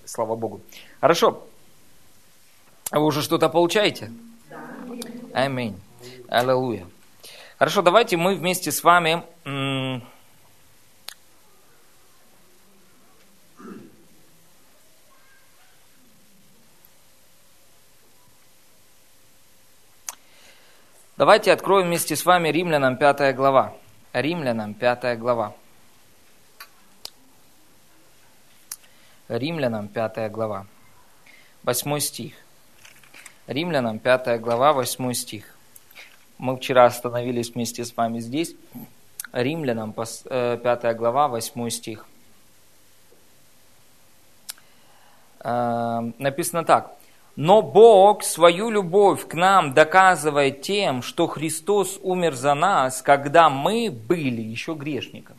слава Богу. Хорошо. Вы уже что-то получаете? Да. Аминь. Аллилуйя. Хорошо, давайте мы вместе с вами... Давайте откроем вместе с вами Римлянам 5 глава. Римлянам 5 глава. Римлянам 5 глава. 8 стих. Римлянам 5 глава, 8 стих. Мы вчера остановились вместе с вами здесь. Римлянам 5 глава, 8 стих. Написано так. «Но Бог свою любовь к нам доказывает тем, что Христос умер за нас, когда мы были еще грешниками».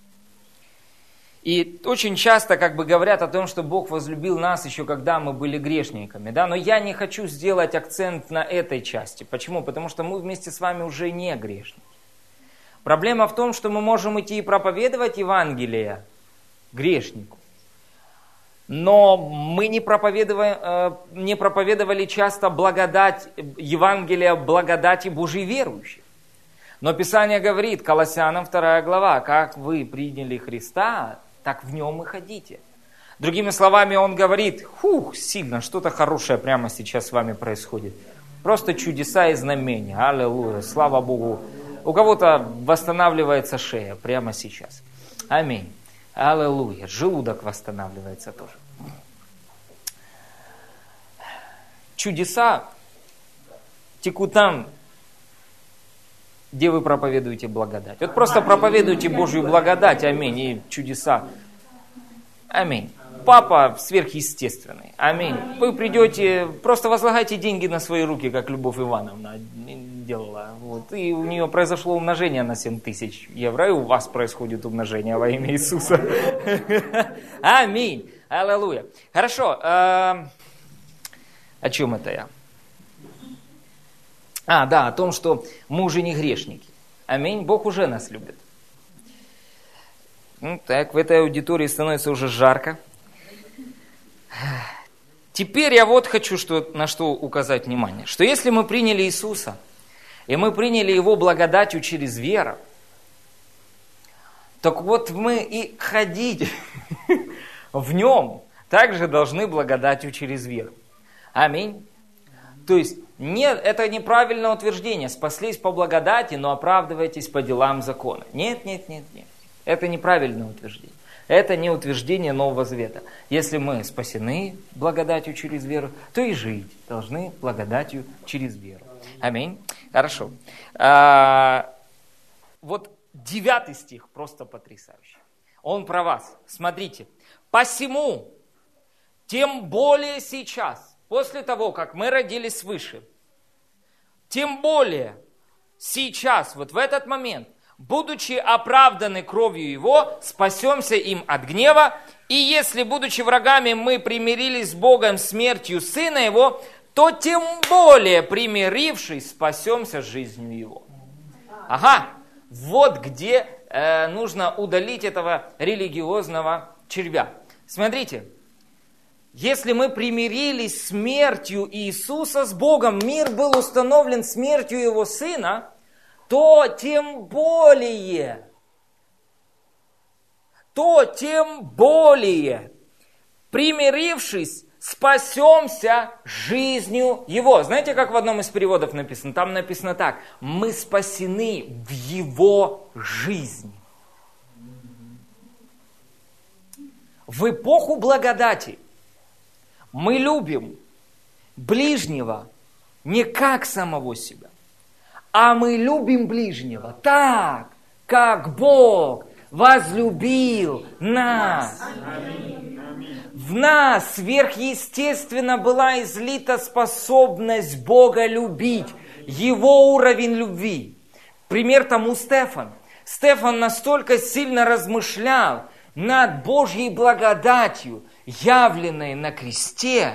И очень часто говорят о том, что Бог возлюбил нас еще когда мы были грешниками. Да? Но я не хочу сделать акцент на этой части. Почему? Потому что мы вместе с вами уже не грешники. Проблема в том, что мы можем идти и проповедовать Евангелие грешнику. Но мы не проповедовали часто благодать, Евангелие благодати Божьей верующих. Но Писание говорит, Колоссянам 2 глава, как вы приняли Христа, так в нем и ходите. Другими словами, он говорит, сильно, что-то хорошее прямо сейчас с вами происходит. Просто чудеса и знамения. Аллилуйя, слава Богу. У кого-то восстанавливается шея прямо сейчас. Аминь. Аллилуйя. Желудок восстанавливается тоже. Чудеса текут там, где вы проповедуете благодать. Вот просто проповедуйте Божью благодать, аминь, и чудеса. Аминь. Папа сверхъестественный. Аминь. Вы придете, просто возлагайте деньги на свои руки, как Любовь Ивановна делала. Вот. И у нее произошло умножение на 7000 евро, и у вас происходит умножение во имя Иисуса. Аминь. Аллилуйя. Хорошо. О чем это я? Да, о том, что мы уже не грешники. Аминь. Бог уже нас любит. Так, в этой аудитории становится уже жарко. Теперь я вот хочу на что указать внимание. Что если мы приняли Иисуса, и мы приняли Его благодатью через веру, так вот мы и ходить в Нем также должны благодатью через веру. Аминь. То есть, нет, это неправильное утверждение. Спаслись по благодати, но оправдывайтесь по делам закона. Нет. Это неправильное утверждение. Это не утверждение Нового Завета. Если мы спасены благодатью через веру, то и жить должны благодатью через веру. Аминь. Хорошо. Вот 9 стих просто потрясающий. Он про вас. Смотрите. «Посему, тем более сейчас, после того, как мы родились свыше, тем более сейчас, вот в этот момент, будучи оправданы кровью Его, спасемся им от гнева, и если, будучи врагами, мы примирились с Богом смертью Сына Его, то тем более, примирившись, спасемся жизнью Его». Вот где нужно удалить этого религиозного червя. Смотрите, если мы примирились смертью Иисуса с Богом, мир был установлен смертью Его Сына, то тем более, примирившись, спасемся жизнью Его. Знаете, как в одном из переводов написано? Там написано так: мы спасены в Его жизни. В эпоху благодати мы любим ближнего не как самого себя, а мы любим ближнего так, как Бог возлюбил нас. В нас сверхъестественно была излита способность Бога любить, Его уровень любви. Пример тому Стефан. Стефан настолько сильно размышлял над Божьей благодатью, явленной на кресте,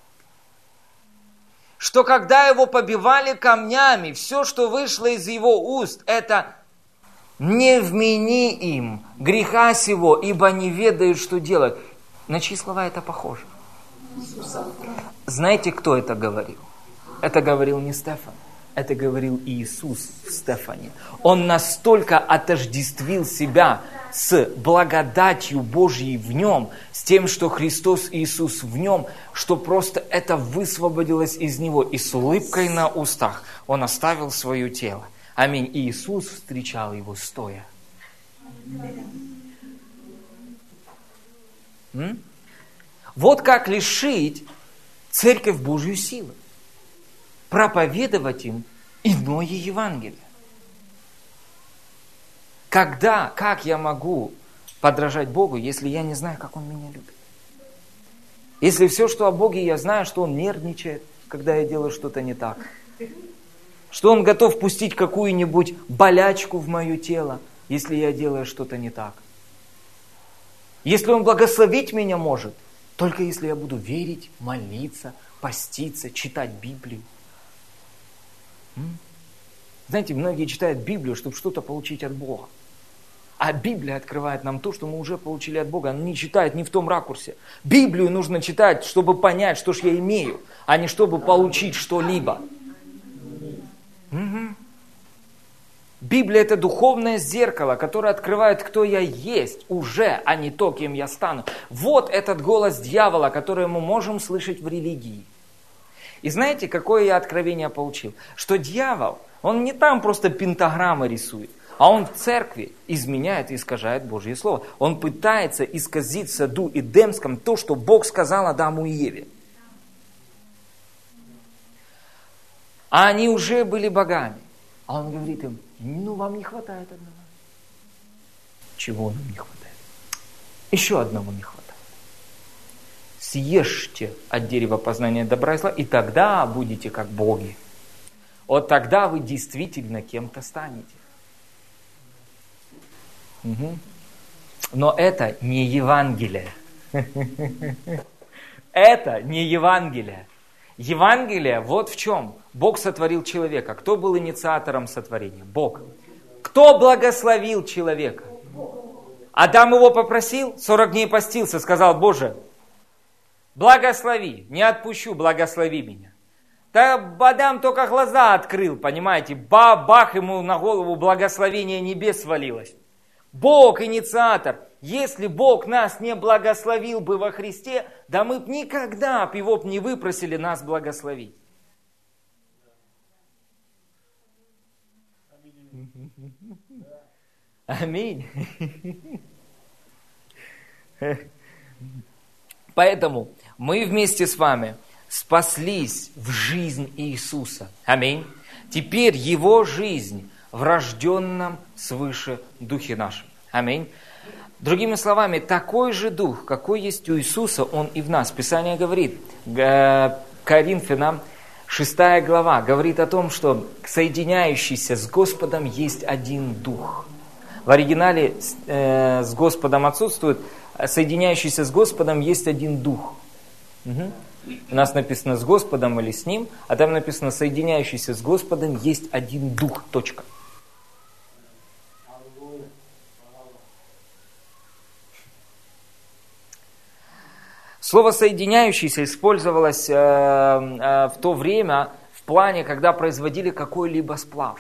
что когда его побивали камнями, все, что вышло из его уст, это: «Не вмени им греха сего, ибо не ведают, что делать». На чьи слова это похоже? Знаете, кто это говорил? Это говорил не Стефан. Это говорил Иисус в Стефане. Он настолько отождествил себя с благодатью Божьей в нем, с тем, что Христос Иисус в нем, что просто это высвободилось из него. И с улыбкой на устах он оставил свое тело. Аминь. И Иисус встречал его стоя. Вот как лишить Церковь Божью силы. Проповедовать им иное Евангелие. Как я могу подражать Богу, если я не знаю, как Он меня любит? Если все, что о Боге я знаю, что Он нервничает, когда я делаю что-то не так. Что Он готов пустить какую-нибудь болячку в мое тело, если я делаю что-то не так. Если Он благословить меня может, только если я буду верить, молиться, поститься, читать Библию. Знаете, многие читают Библию, чтобы что-то получить от Бога. А Библия открывает нам то, что мы уже получили от Бога. Она не читает не в том ракурсе. Библию нужно читать, чтобы понять, что ж я имею, а не чтобы получить что-либо. Библия – это духовное зеркало, которое открывает, кто я есть уже, а не то, кем я стану. Вот этот голос дьявола, который мы можем слышать в религии. И знаете, какое я откровение получил? Что дьявол, он не там просто пентаграммы рисует, а он в церкви изменяет и искажает Божье Слово. Он пытается исказить в саду Эдемском то, что Бог сказал Адаму и Еве. А они уже были богами. А он говорит им, вам не хватает одного. Чего нам не хватает? Еще одного не хватает. Съешьте от дерева познания добра и зла, и тогда будете как боги. Вот тогда вы действительно кем-то станете. Но это не Евангелие. Это не Евангелие. Евангелие вот в чем. Бог сотворил человека. Кто был инициатором сотворения? Бог. Кто благословил человека? Адам его попросил, 40 дней постился, сказал, Боже, благослови, не отпущу, благослови меня. Да Адам только глаза открыл, понимаете, бах, ему на голову благословение небес свалилось. Бог инициатор. Если Бог нас не благословил бы во Христе, да мы б никогда б его не выпросили нас благословить. Аминь. Поэтому мы вместе с вами спаслись в жизнь Иисуса. Аминь. Теперь Его жизнь в рожденном свыше Духе нашем. Аминь. Другими словами, такой же Дух, какой есть у Иисуса, Он и в нас. Писание говорит, Коринфянам 6 глава, говорит о том, что соединяющийся с Господом есть один Дух. В оригинале с Господом отсутствует, соединяющийся с Господом есть один Дух. Угу. У нас написано с Господом или с Ним, а там написано соединяющийся с Господом есть один Дух. Точка. Слово «соединяющийся» использовалось в то время в плане, когда производили какой-либо сплав.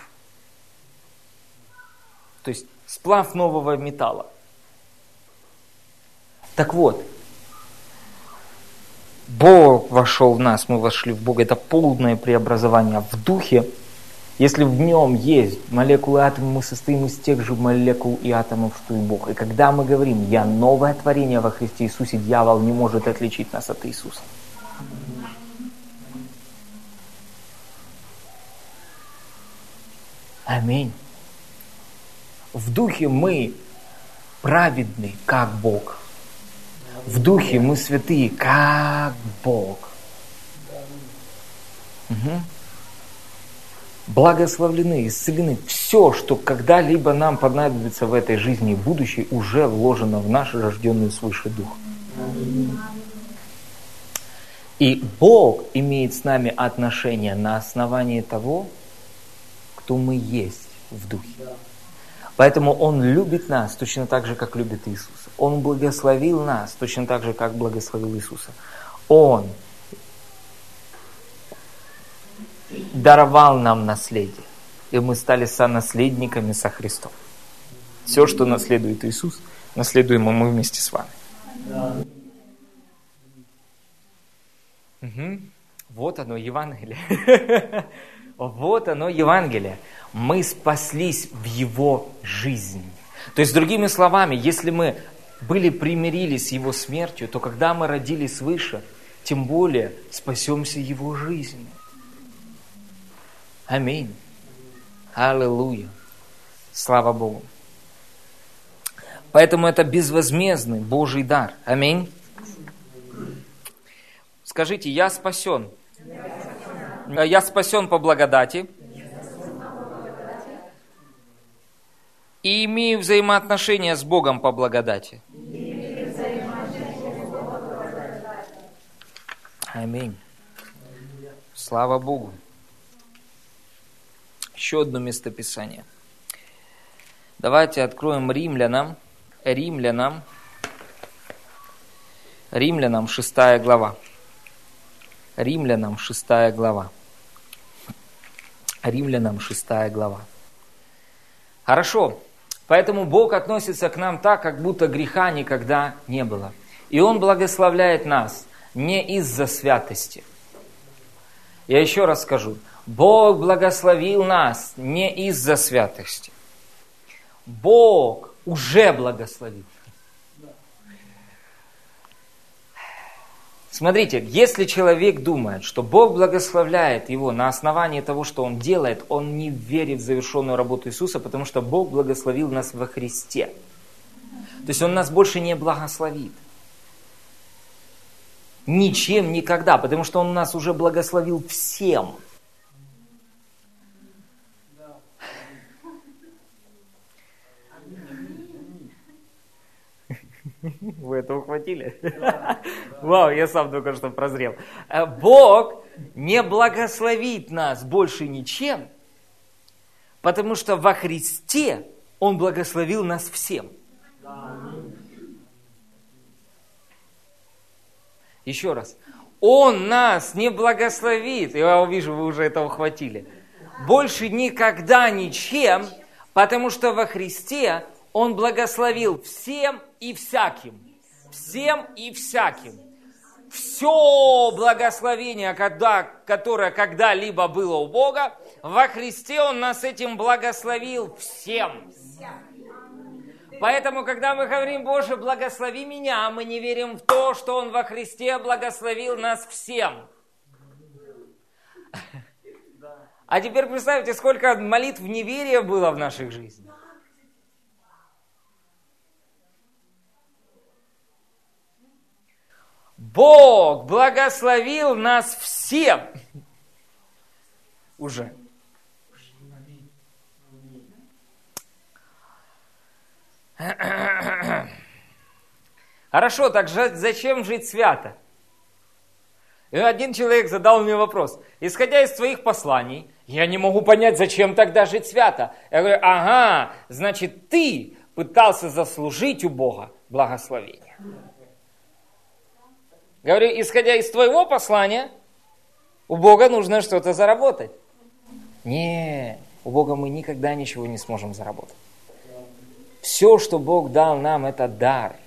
То есть сплав нового металла. Так вот, Бог вошел в нас, мы вошли в Бога. Это полное преобразование в Духе. Если в нем есть молекулы и атомы, мы состоим из тех же молекул и атомов, что и Бог. И когда мы говорим «Я новое творение во Христе Иисусе», дьявол не может отличить нас от Иисуса. Аминь. В Духе мы праведны, как Бог. В Духе мы святые, как Бог. Угу. Благословлены, исцелены. Все, что когда-либо нам понадобится в этой жизни и будущей, уже вложено в наш рожденный свыше Дух. И Бог имеет с нами отношения на основании того, кто мы есть в Духе. Поэтому Он любит нас точно так же, как любит Иисуса. Он благословил нас точно так же, как благословил Иисуса. Он даровал нам наследие, и мы стали сонаследниками со Христом. Все, что наследует Иисус, наследуем мы вместе с вами. Да. Угу. Вот оно, Евангелие. Вот оно, Евангелие. Мы спаслись в Его жизни. То есть, другими словами, если мы примирились с Его смертью, то когда мы родились свыше, тем более спасемся Его жизнью. Аминь. Аллилуйя. Слава Богу. Поэтому это безвозмездный Божий дар. Аминь. Скажите, я спасен. Я спасен по благодати. И имею взаимоотношения с Богом по благодати. Аминь. Слава Богу. Еще одно местописание. Давайте откроем Римлянам 6 глава. Римлянам 6 глава. Римлянам 6 глава. Хорошо. Поэтому Бог относится к нам так, как будто греха никогда не было. И Он благословляет нас не из-за святости. Я еще раз скажу. Бог благословил нас не из-за святости. Бог уже благословил. Смотрите, если человек думает, что Бог благословляет его на основании того, что он делает, он не верит в завершенную работу Иисуса, потому что Бог благословил нас во Христе. То есть Он нас больше не благословит. Ничем, никогда, потому что Он нас уже благословил всем. Вы это ухватили? Вау, я сам только что прозрел. Бог не благословит нас больше ничем, потому что во Христе Он благословил нас всем. Еще раз. Он нас не благословит, я вижу, вы уже это ухватили, больше никогда ничем, потому что во Христе Он благословил всем и всяким. Всем и всяким. Все благословение, которое когда-либо было у Бога, во Христе Он нас этим благословил всем. Поэтому, когда мы говорим, Боже, благослови меня, мы не верим в то, что Он во Христе благословил нас всем. А теперь представьте, сколько молитв неверия было в наших жизнях. Бог благословил нас всем. Уже. Хорошо, так зачем жить свято? И один человек задал мне вопрос. Исходя из твоих посланий, я не могу понять, зачем тогда жить свято. Я говорю, ага, значит, ты пытался заслужить у Бога благословение. Говорю, исходя из твоего послания, у Бога нужно что-то заработать. Не, у Бога мы никогда ничего не сможем заработать. Все, что Бог дал нам, это дар.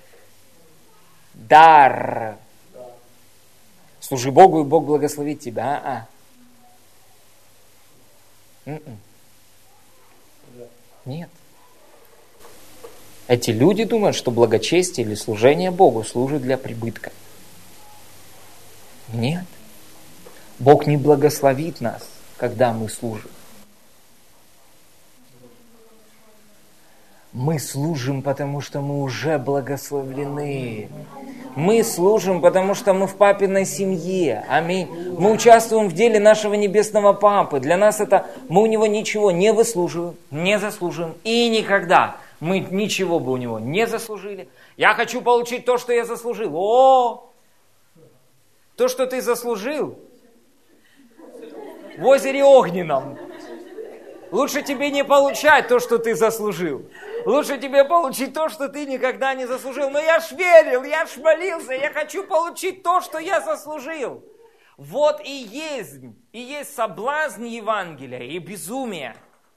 Дар. Служи Богу, и Бог благословит тебя. Нет. Эти люди думают, что благочестие или служение Богу служит для прибытка. Нет. Бог не благословит нас, когда мы служим. Мы служим, потому что мы уже благословлены. Мы служим, потому что мы в папиной семье. Аминь. Мы участвуем в деле нашего небесного папы. Для нас это, мы у него ничего не выслуживаем, не заслуживаем. И никогда мы ничего бы у него не заслужили. Я хочу получить то, что я заслужил. То, что ты заслужил в озере Огненном. Лучше тебе не получать то, что ты заслужил. Лучше тебе получить то, что ты никогда не заслужил. Но я ж верил, я ж молился, я хочу получить то, что я заслужил. Вот и есть соблазн Евангелия и безумие.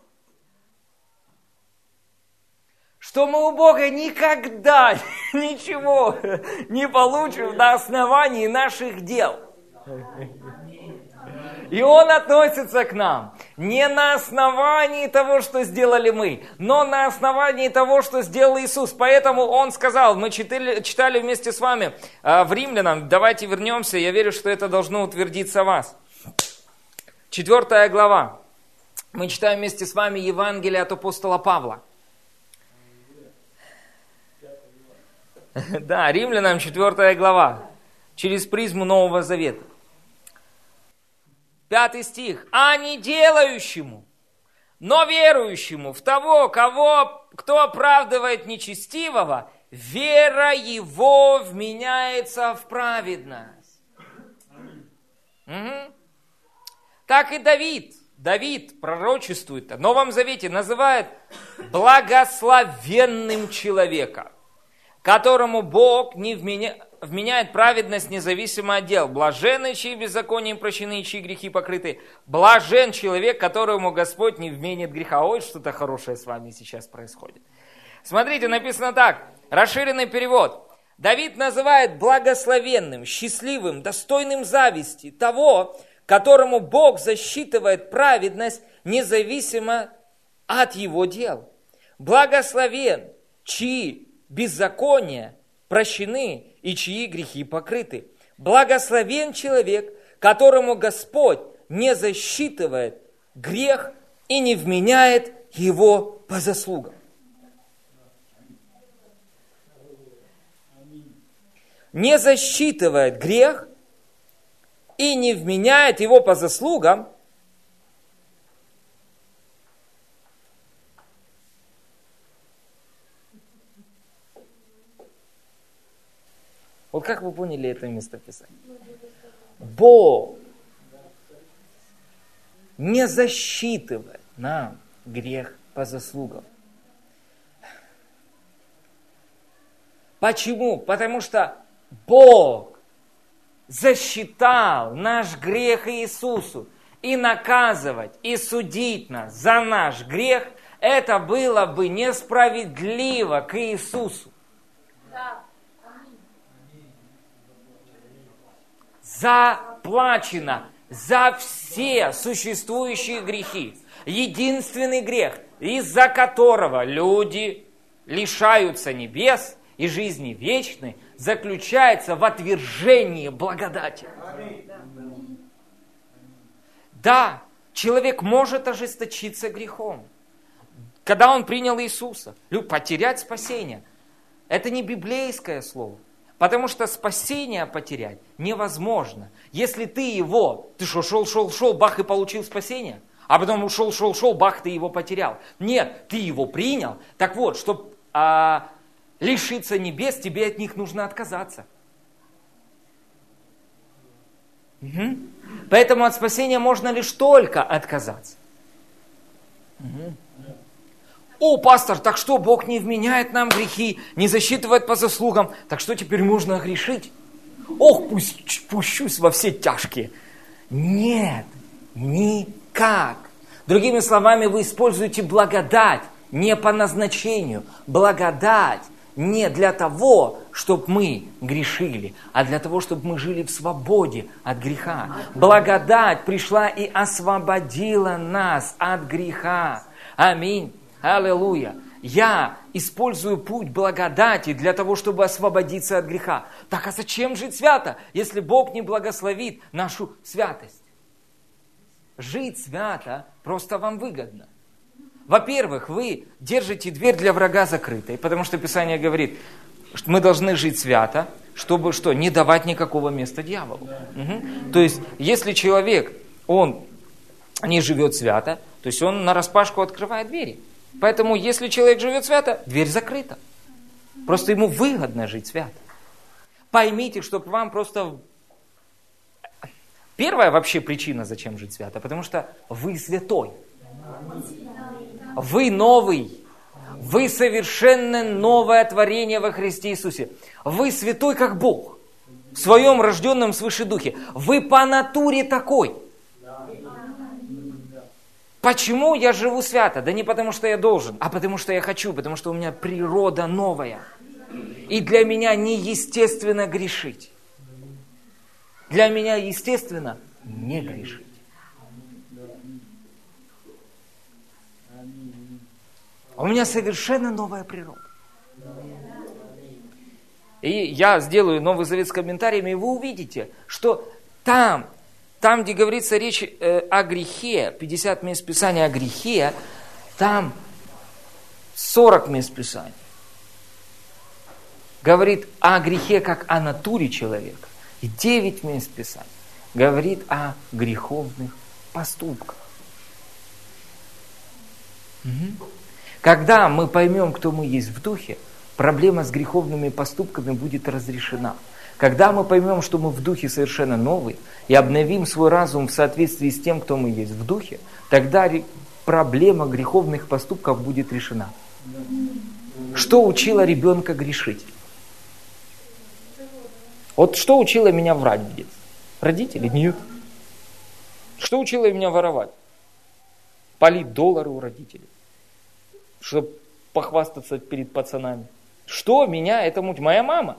Что мы у Бога никогда ничего не получим на основании наших дел. И Он относится к нам не на основании того, что сделали мы, но на основании того, что сделал Иисус. Поэтому Он сказал, мы читали вместе с вами в Римлянам, давайте вернемся, я верю, что это должно утвердиться в вас. 4 глава. Мы читаем вместе с вами Евангелие от апостола Павла. Да, Римлянам 4 глава, через призму Нового Завета. 5 стих. «А не делающему, но верующему в того, кто оправдывает нечестивого, вера его вменяется в праведность». Угу. Так и Давид пророчествует, в Новом Завете называет благословенным человека, которому Бог не вменяет праведность независимо от дел. Блаженны, чьи беззаконием прощены, и чьи грехи покрыты. Блажен человек, которому Господь не вменит греха. Ой, что-то хорошее с вами сейчас происходит. Смотрите, написано так, расширенный перевод. Давид называет благословенным, счастливым, достойным зависти того, которому Бог засчитывает праведность независимо от его дел. Благословен, чьи беззакония прощены и чьи грехи покрыты. Благословен человек, которому Господь не засчитывает грех и не вменяет его по заслугам. Не засчитывает грех и не вменяет его по заслугам. Вот как вы поняли это местописание? Бог не засчитывает нам грех по заслугам. Почему? Потому что Бог засчитал наш грех Иисусу. И наказывать, и судить нас за наш грех, это было бы несправедливо к Иисусу. Заплачено за все существующие грехи. Единственный грех, из-за которого люди лишаются небес и жизни вечной, заключается в отвержении благодати. Да, человек может ожесточиться грехом. Когда он принял Иисуса, потерять спасение, это не библейское слово. Потому что спасение потерять невозможно. Если ты шел, бах, и получил спасение, а потом шел, бах, ты его потерял. Нет, ты его принял. Так вот, чтобы лишиться небес, тебе от них нужно отказаться. Угу. Поэтому от спасения можно лишь только отказаться. Угу. О, пастор, так что, Бог не вменяет нам грехи, не засчитывает по заслугам, так что теперь можно грешить? Ох, пущусь во все тяжкие. Нет, никак. Другими словами, вы используете благодать не по назначению. Благодать не для того, чтобы мы грешили, а для того, чтобы мы жили в свободе от греха. Благодать пришла и освободила нас от греха. Аминь. Аллилуйя. Я использую путь благодати для того, чтобы освободиться от греха. Так а зачем жить свято, если Бог не благословит нашу святость? Жить свято просто вам выгодно. Во-первых, вы держите дверь для врага закрытой, потому что Писание говорит, что мы должны жить свято, чтобы что? Не давать никакого места дьяволу. Угу. То есть, если человек, он не живет свято, то есть он нараспашку открывает двери. Поэтому, если человек живет свято, дверь закрыта. Просто ему выгодно жить свято. Поймите, что вам просто... Первая вообще причина, зачем жить свято, потому что вы святой. Вы новый. Вы совершенно новое творение во Христе Иисусе. Вы святой, как Бог, в своем рожденном свыше духе. Вы по натуре такой. Почему я живу свято? Да не потому, что я должен, а потому, что я хочу, потому что у меня природа новая. И для меня неестественно грешить. Для меня естественно не грешить. У меня совершенно новая природа. И я сделаю Новый Завет с комментариями, и вы увидите, что там, где говорится речь о грехе, 50 мест Писания о грехе, там 40 мест Писания говорит о грехе как о натуре человека. И 9 мест Писания говорит о греховных поступках. Когда мы поймем, кто мы есть в духе, проблема с греховными поступками будет разрешена. Когда мы поймем, что мы в духе совершенно новые, и обновим свой разум в соответствии с тем, кто мы есть в духе, тогда проблема греховных поступков будет решена. Что учило ребенка грешить? Вот что учило меня врать в детстве? Родители? Нет. Что учило меня воровать? Палить доллары у родителей, чтобы похвастаться перед пацанами. Что меня этому... Моя мама.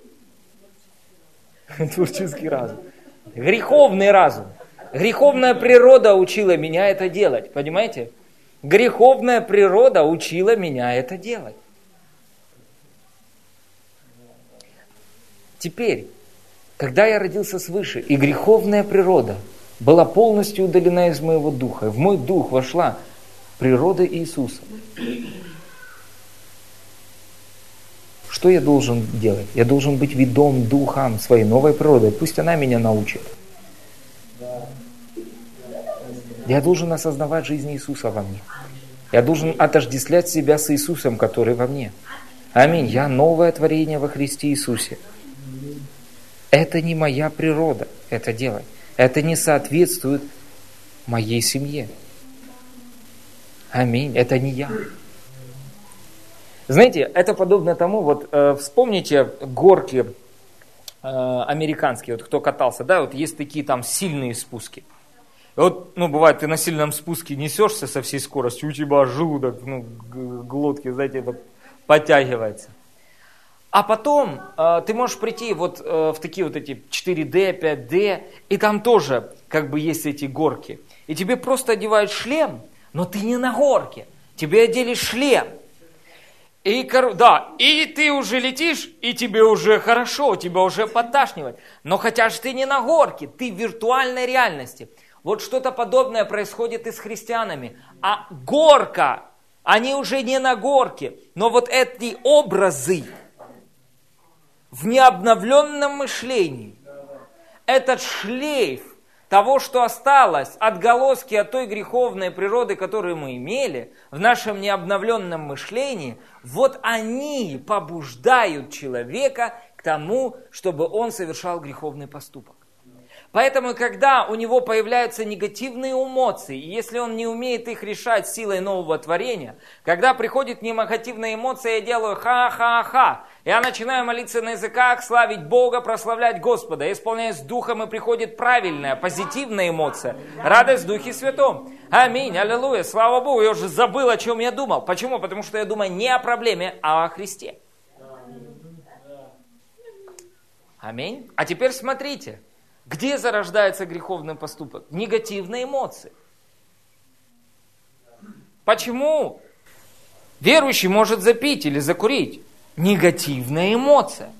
Творческий разум. Греховный разум. Греховная природа учила меня это делать. Понимаете? Греховная природа учила меня это делать. Теперь, когда я родился свыше, и греховная природа была полностью удалена из моего духа, и в мой дух вошла природа Иисуса, что я должен делать? Я должен быть ведом духом своей новой природой. Пусть она меня научит. Я должен осознавать жизнь Иисуса во мне. Я должен отождествлять себя с Иисусом, который во мне. Аминь. Я новое творение во Христе Иисусе. Это не моя природа это делать. Это не соответствует моей семье. Аминь. Это не я. Знаете, это подобно тому, вот вспомните горки американские, вот кто катался, да, вот есть такие там сильные спуски. И вот, бывает, ты на сильном спуске несешься со всей скоростью, у тебя желудок, глотки, знаете, это подтягивается. А потом ты можешь прийти вот в такие вот эти 4D, 5D, и там тоже как бы есть эти горки. И тебе просто одевают шлем, но ты не на горке, тебе одели шлем. И ты уже летишь, и тебе уже хорошо, тебя уже подташнивает. Но хотя же ты не на горке, ты в виртуальной реальности. Вот что-то подобное происходит и с христианами. А горка, они уже не на горке, но вот эти образы в необновленном мышлении, этот шлейф того, что осталось, отголоски от той греховной природы, которую мы имели, в нашем необновленном мышлении, вот они побуждают человека к тому, чтобы он совершал греховный поступок. Поэтому, когда у него появляются негативные эмоции, и если он не умеет их решать силой нового творения, когда приходит негативная эмоция, я делаю ха-ха-ха, я начинаю молиться на языках, славить Бога, прославлять Господа, я исполняюсь духом, и приходит правильная, позитивная эмоция, радость в Духе Святом. Аминь, аллилуйя, слава Богу, я уже забыл, о чем я думал. Почему? Потому что я думаю не о проблеме, а о Христе. Аминь. А теперь смотрите. Где зарождается греховный поступок? Негативные эмоции. Почему верующий может запить или закурить? Негативная эмоция.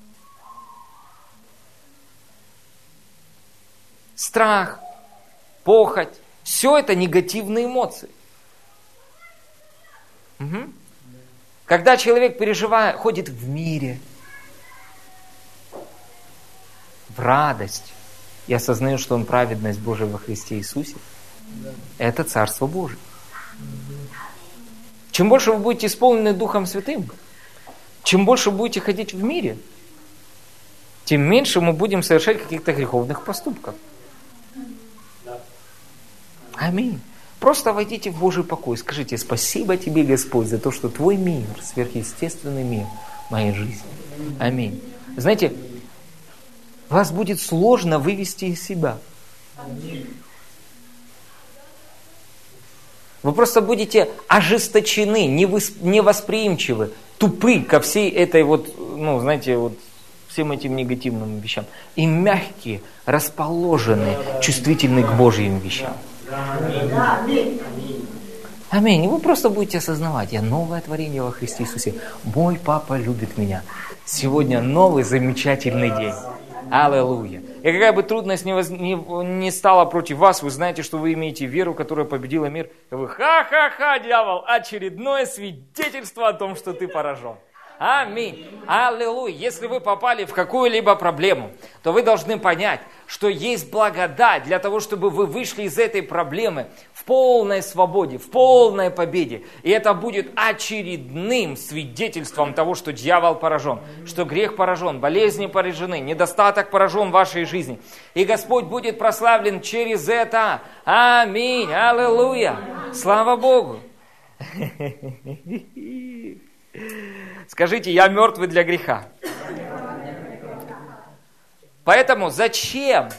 Страх, похоть. Все это негативные эмоции. Угу. Когда человек переживает, ходит в мире, в радость, и осознает, что он праведность Божия во Христе Иисусе, это Царство Божие. Чем больше вы будете исполнены Духом Святым, чем больше будете ходить в мире, тем меньше мы будем совершать каких-то греховных поступков. Аминь. Просто войдите в Божий покой. Скажите: спасибо тебе, Господь, за то, что Твой мир, сверхъестественный мир моей жизни. Аминь. Знаете, вас будет сложно вывести из себя. Вы просто будете ожесточены, невосприимчивы, тупы ко всей этой всем этим негативным вещам. И мягкие, расположенные, чувствительны к Божьим вещам. Аминь. И вы просто будете осознавать: я новое творение во Христе Иисусе. Мой Папа любит меня. Сегодня новый замечательный день. Аллилуйя. И какая бы трудность не стала против вас, вы знаете, что вы имеете веру, которая победила мир. И вы: ха-ха-ха, дьявол, очередное свидетельство о том, что ты поражен. Аминь. Аллилуйя. Если вы попали в какую-либо проблему, то вы должны понять, что есть благодать для того, чтобы вы вышли из этой проблемы в полной свободе, в полной победе. И это будет очередным свидетельством того, что дьявол поражен, что грех поражен, болезни поражены, недостаток поражен в вашей жизни. И Господь будет прославлен через это. Аминь. Аллилуйя. Слава Богу. Скажите: я мертвый для греха. Поэтому зачем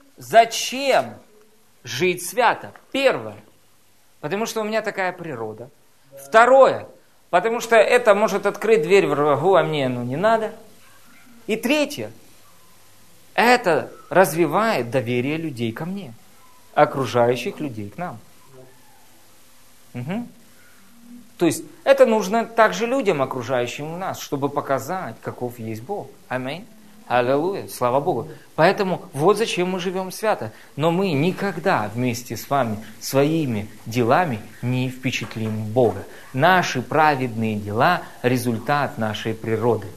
жить свято? Первое, потому что у меня такая природа. Второе, потому что это может открыть дверь врагу, а мне не надо. И третье, это развивает доверие людей ко мне, окружающих людей к нам. Угу. То есть это нужно также людям, окружающим нас, чтобы показать, каков есть Бог. Аминь. Аллилуйя. Слава Богу. Поэтому вот зачем мы живем свято. Но мы никогда вместе с вами своими делами не впечатлим Бога. Наши праведные дела – результат нашей природы.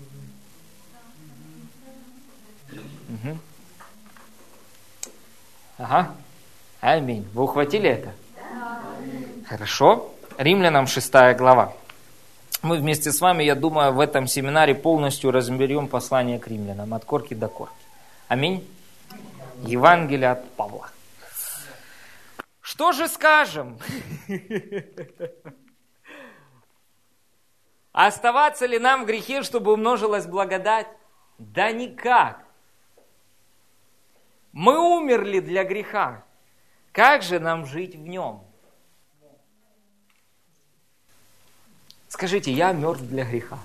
Угу. Ага. Аминь. Вы ухватили это? Хорошо. Римлянам 6 глава. Мы вместе с вами, я думаю, в этом семинаре полностью разберем послание к римлянам, от корки до корки. Аминь. Евангелие от Павла. Что же скажем? Оставаться ли нам в грехе, чтобы умножилась благодать? Да никак. Мы умерли для греха. Как же нам жить в нем? Скажите: я мертв для греха.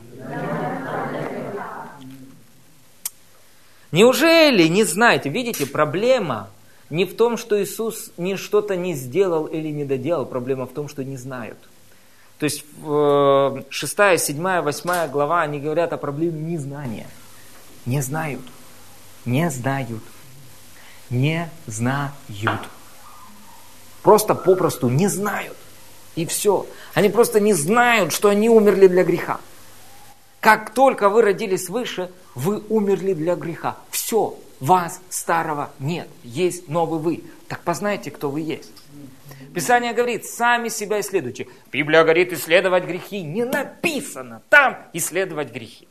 Неужели не знаете? Видите, проблема не в том, что Иисус что-то не сделал или не доделал. Проблема в том, что не знают. То есть 6, 7, 8 глава, они говорят о проблеме незнания. Не знают. Не знают. Не знают. Просто попросту не знают. И все. Они просто не знают, что они умерли для греха. Как только вы родились свыше, вы умерли для греха. Все, вас старого нет, есть новый вы. Так познайте, кто вы есть. Писание говорит: сами себя исследуйте. Библия говорит: исследовать грехи. Не написано там исследовать грехи.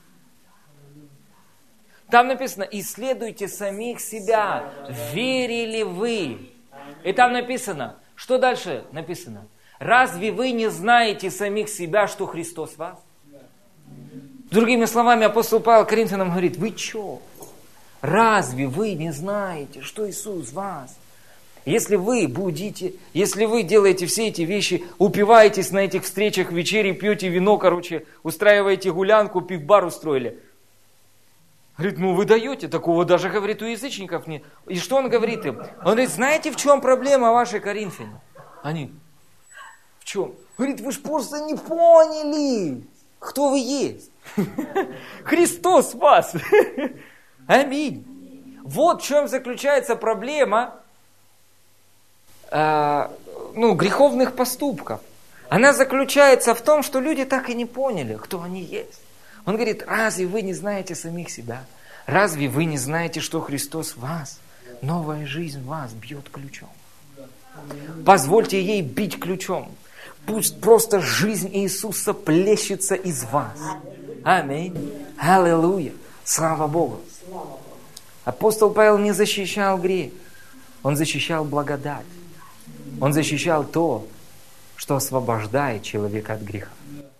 Там написано: исследуйте самих себя. Верили вы? И там написано, что дальше написано? Разве вы не знаете самих себя, что Христос в вас? Другими словами, апостол Павел Коринфянам говорит: вы что? Разве вы не знаете, что Иисус в вас? Если вы делаете все эти вещи, упиваетесь на этих встречах, вечере, пьете вино, устраиваете гулянку, пив-бар устроили. Говорит: вы даете, такого даже, говорит, у язычников нет. И что он говорит им? Он говорит: знаете, в чем проблема вашей Коринфяне? Они: в чем? Говорит: вы ж просто не поняли, кто вы есть. Христос в вас. Аминь. Вот в чем заключается проблема греховных поступков. Она заключается в том, что люди так и не поняли, кто они есть. Он говорит: разве вы не знаете самих себя? Разве вы не знаете, что Христос в вас? Новая жизнь в вас бьет ключом. Позвольте ей бить ключом. Пусть просто жизнь Иисуса плещется из вас. Аминь. Аллилуйя. Слава Богу. Апостол Павел не защищал грех. Он защищал благодать. Он защищал то, что освобождает человека от греха.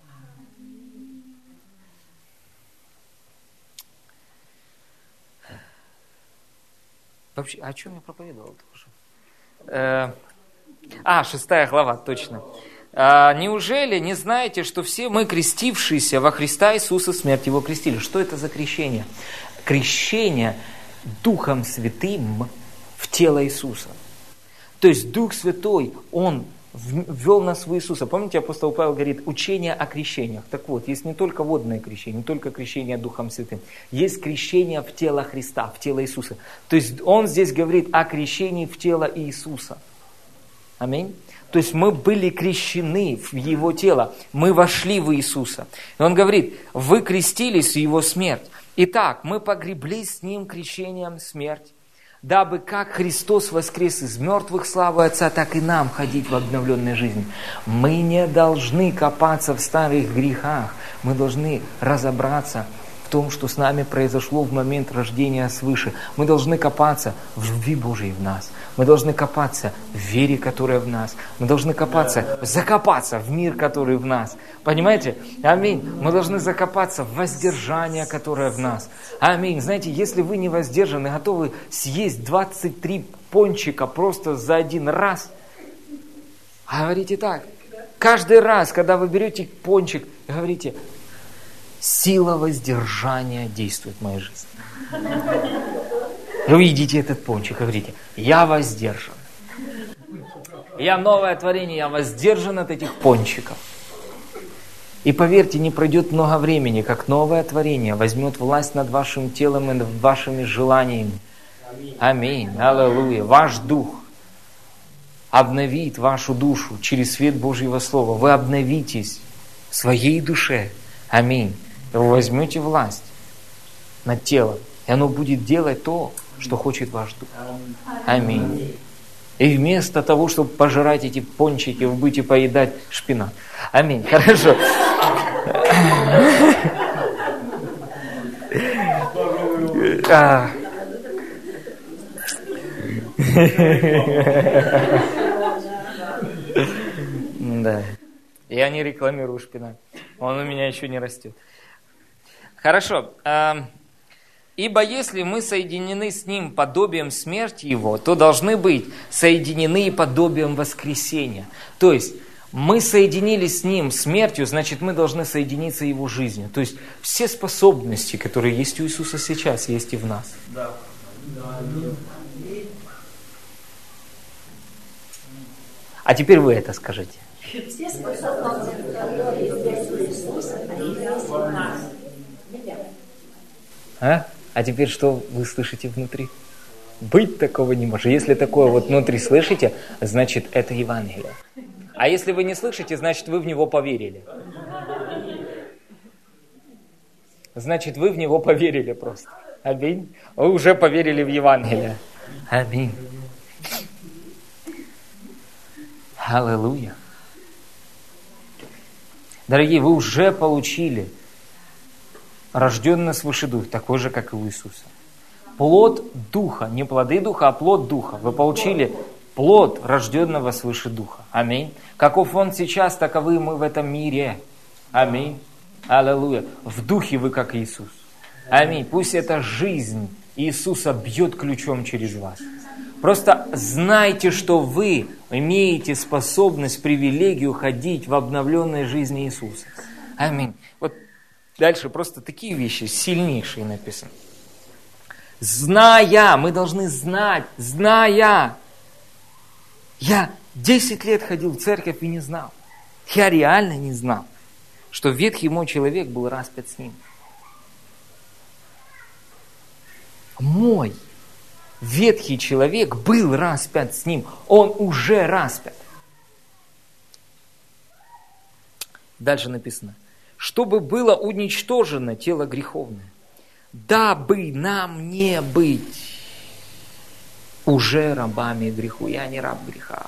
Вообще, о чем я проповедовал тоже? 6 глава, точно. Неужели не знаете, что все мы, крестившиеся во Христа Иисуса, смерть Его крестили? Что это за крещение? Крещение Духом Святым в тело Иисуса. То есть Дух Святой, Он ввел нас в Иисуса. Помните, апостол Павел говорит, учение о крещениях. Так вот, есть не только водное крещение, не только крещение Духом Святым. Есть крещение в тело Христа, в тело Иисуса. То есть он здесь говорит о крещении в тело Иисуса. Аминь. То есть мы были крещены в Его тело, мы вошли в Иисуса. И он говорит, вы крестились в Его смерть. Итак, мы погреблись с Ним крещением в смерть, дабы как Христос воскрес из мертвых славы Отца, так и нам ходить в обновленной жизни. Мы не должны копаться в старых грехах, мы должны разобраться в том, что с нами произошло в момент рождения свыше. Мы должны копаться в любви Божьей в нас. Мы должны копаться в вере, которая в нас. Мы должны закопаться в мир, который в нас. Понимаете? Аминь. Мы должны закопаться в воздержание, которое в нас. Аминь. Знаете, если вы не воздержаны, готовы съесть 23 пончика просто за один раз, говорите так. Каждый раз, когда вы берете пончик, говорите, сила воздержания действует в моей жизни. Вы едите этот пончик, говорите, я воздержан. Я новое творение, я воздержан от этих пончиков. И поверьте, не пройдет много времени, как новое творение возьмет власть над вашим телом и над вашими желаниями. Аминь. Аллилуйя. Ваш дух обновит вашу душу через свет Божьего Слова. Вы обновитесь в своей душе. Аминь. И вы возьмете власть над телом. И оно будет делать то, что хочет ваш дух. Аминь. И вместо того, чтобы пожирать эти пончики, вы будете поедать шпинат. Аминь. Хорошо. Да. Я не рекламирую шпинат. Он у меня еще не растет. Хорошо. Ибо если мы соединены с Ним подобием смерти Его, то должны быть соединены и подобием воскресения. То есть мы соединились с Ним смертью, значит мы должны соединиться Его жизнью. То есть все способности, которые есть у Иисуса сейчас, есть и в нас. Да. А теперь вы это скажите. Все способности, которые есть у Иисуса, они есть в нас. А теперь что вы слышите внутри? Быть такого не может. Если такое вот внутри слышите, значит это Евангелие. А если вы не слышите, значит вы в него поверили. Значит вы в него поверили просто. Аминь. Вы уже поверили в Евангелие. Аминь. Аллилуйя. Дорогие, вы уже получили рожденный свыше Дух, такой же, как и у Иисуса. Плод Духа, не плоды Духа, а плод Духа. Вы получили плод рожденного свыше Духа. Аминь. Каков Он сейчас, таковы мы в этом мире. Аминь. Аллилуйя. В Духе вы, как Иисус. Аминь. Пусть эта жизнь Иисуса бьет ключом через вас. Просто знайте, что вы имеете способность, привилегию ходить в обновленной жизни Иисуса. Аминь. Вот дальше просто такие вещи сильнейшие написаны. Зная, мы должны знать, зная. Я 10 лет ходил в церковь и не знал. Я реально не знал, что ветхий мой человек был распят с Ним. Мой ветхий человек был распят с Ним. Он уже распят. Дальше написано. Чтобы было уничтожено тело греховное, дабы нам не быть уже рабами греху. Я не раб греха.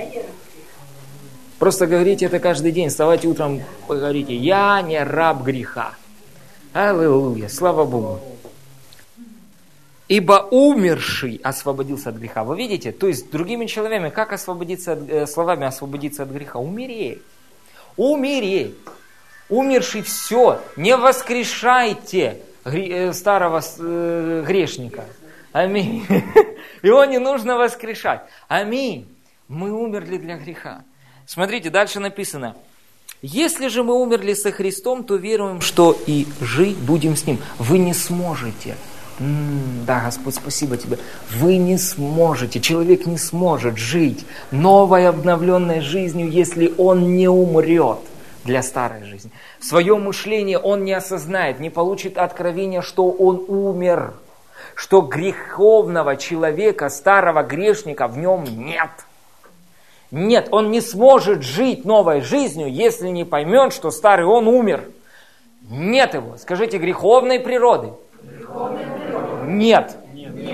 Просто говорите это каждый день. Вставайте утром, говорите, я не раб греха. Аллилуйя, слава Богу. Ибо умерший освободился от греха. Вы видите? То есть, другими словами, как словами освободиться от греха? Умереть. Умереть. Умерший все. Не воскрешайте старого грешника. Аминь. Его не нужно воскрешать. Аминь. Мы умерли для греха. Смотрите, дальше написано. Если же мы умерли со Христом, то веруем, что и жить будем с Ним. Вы не сможете. Да, Господь, спасибо Тебе. Вы не сможете, человек не сможет жить новой обновленной жизнью, если он не умрет для старой жизни. В своем мышлении он не осознает, не получит откровения, что он умер, что греховного человека, старого грешника в нем нет. Нет, он не сможет жить новой жизнью, если не поймет, что старый он умер. Нет его. Скажите, греховной природы. Нет.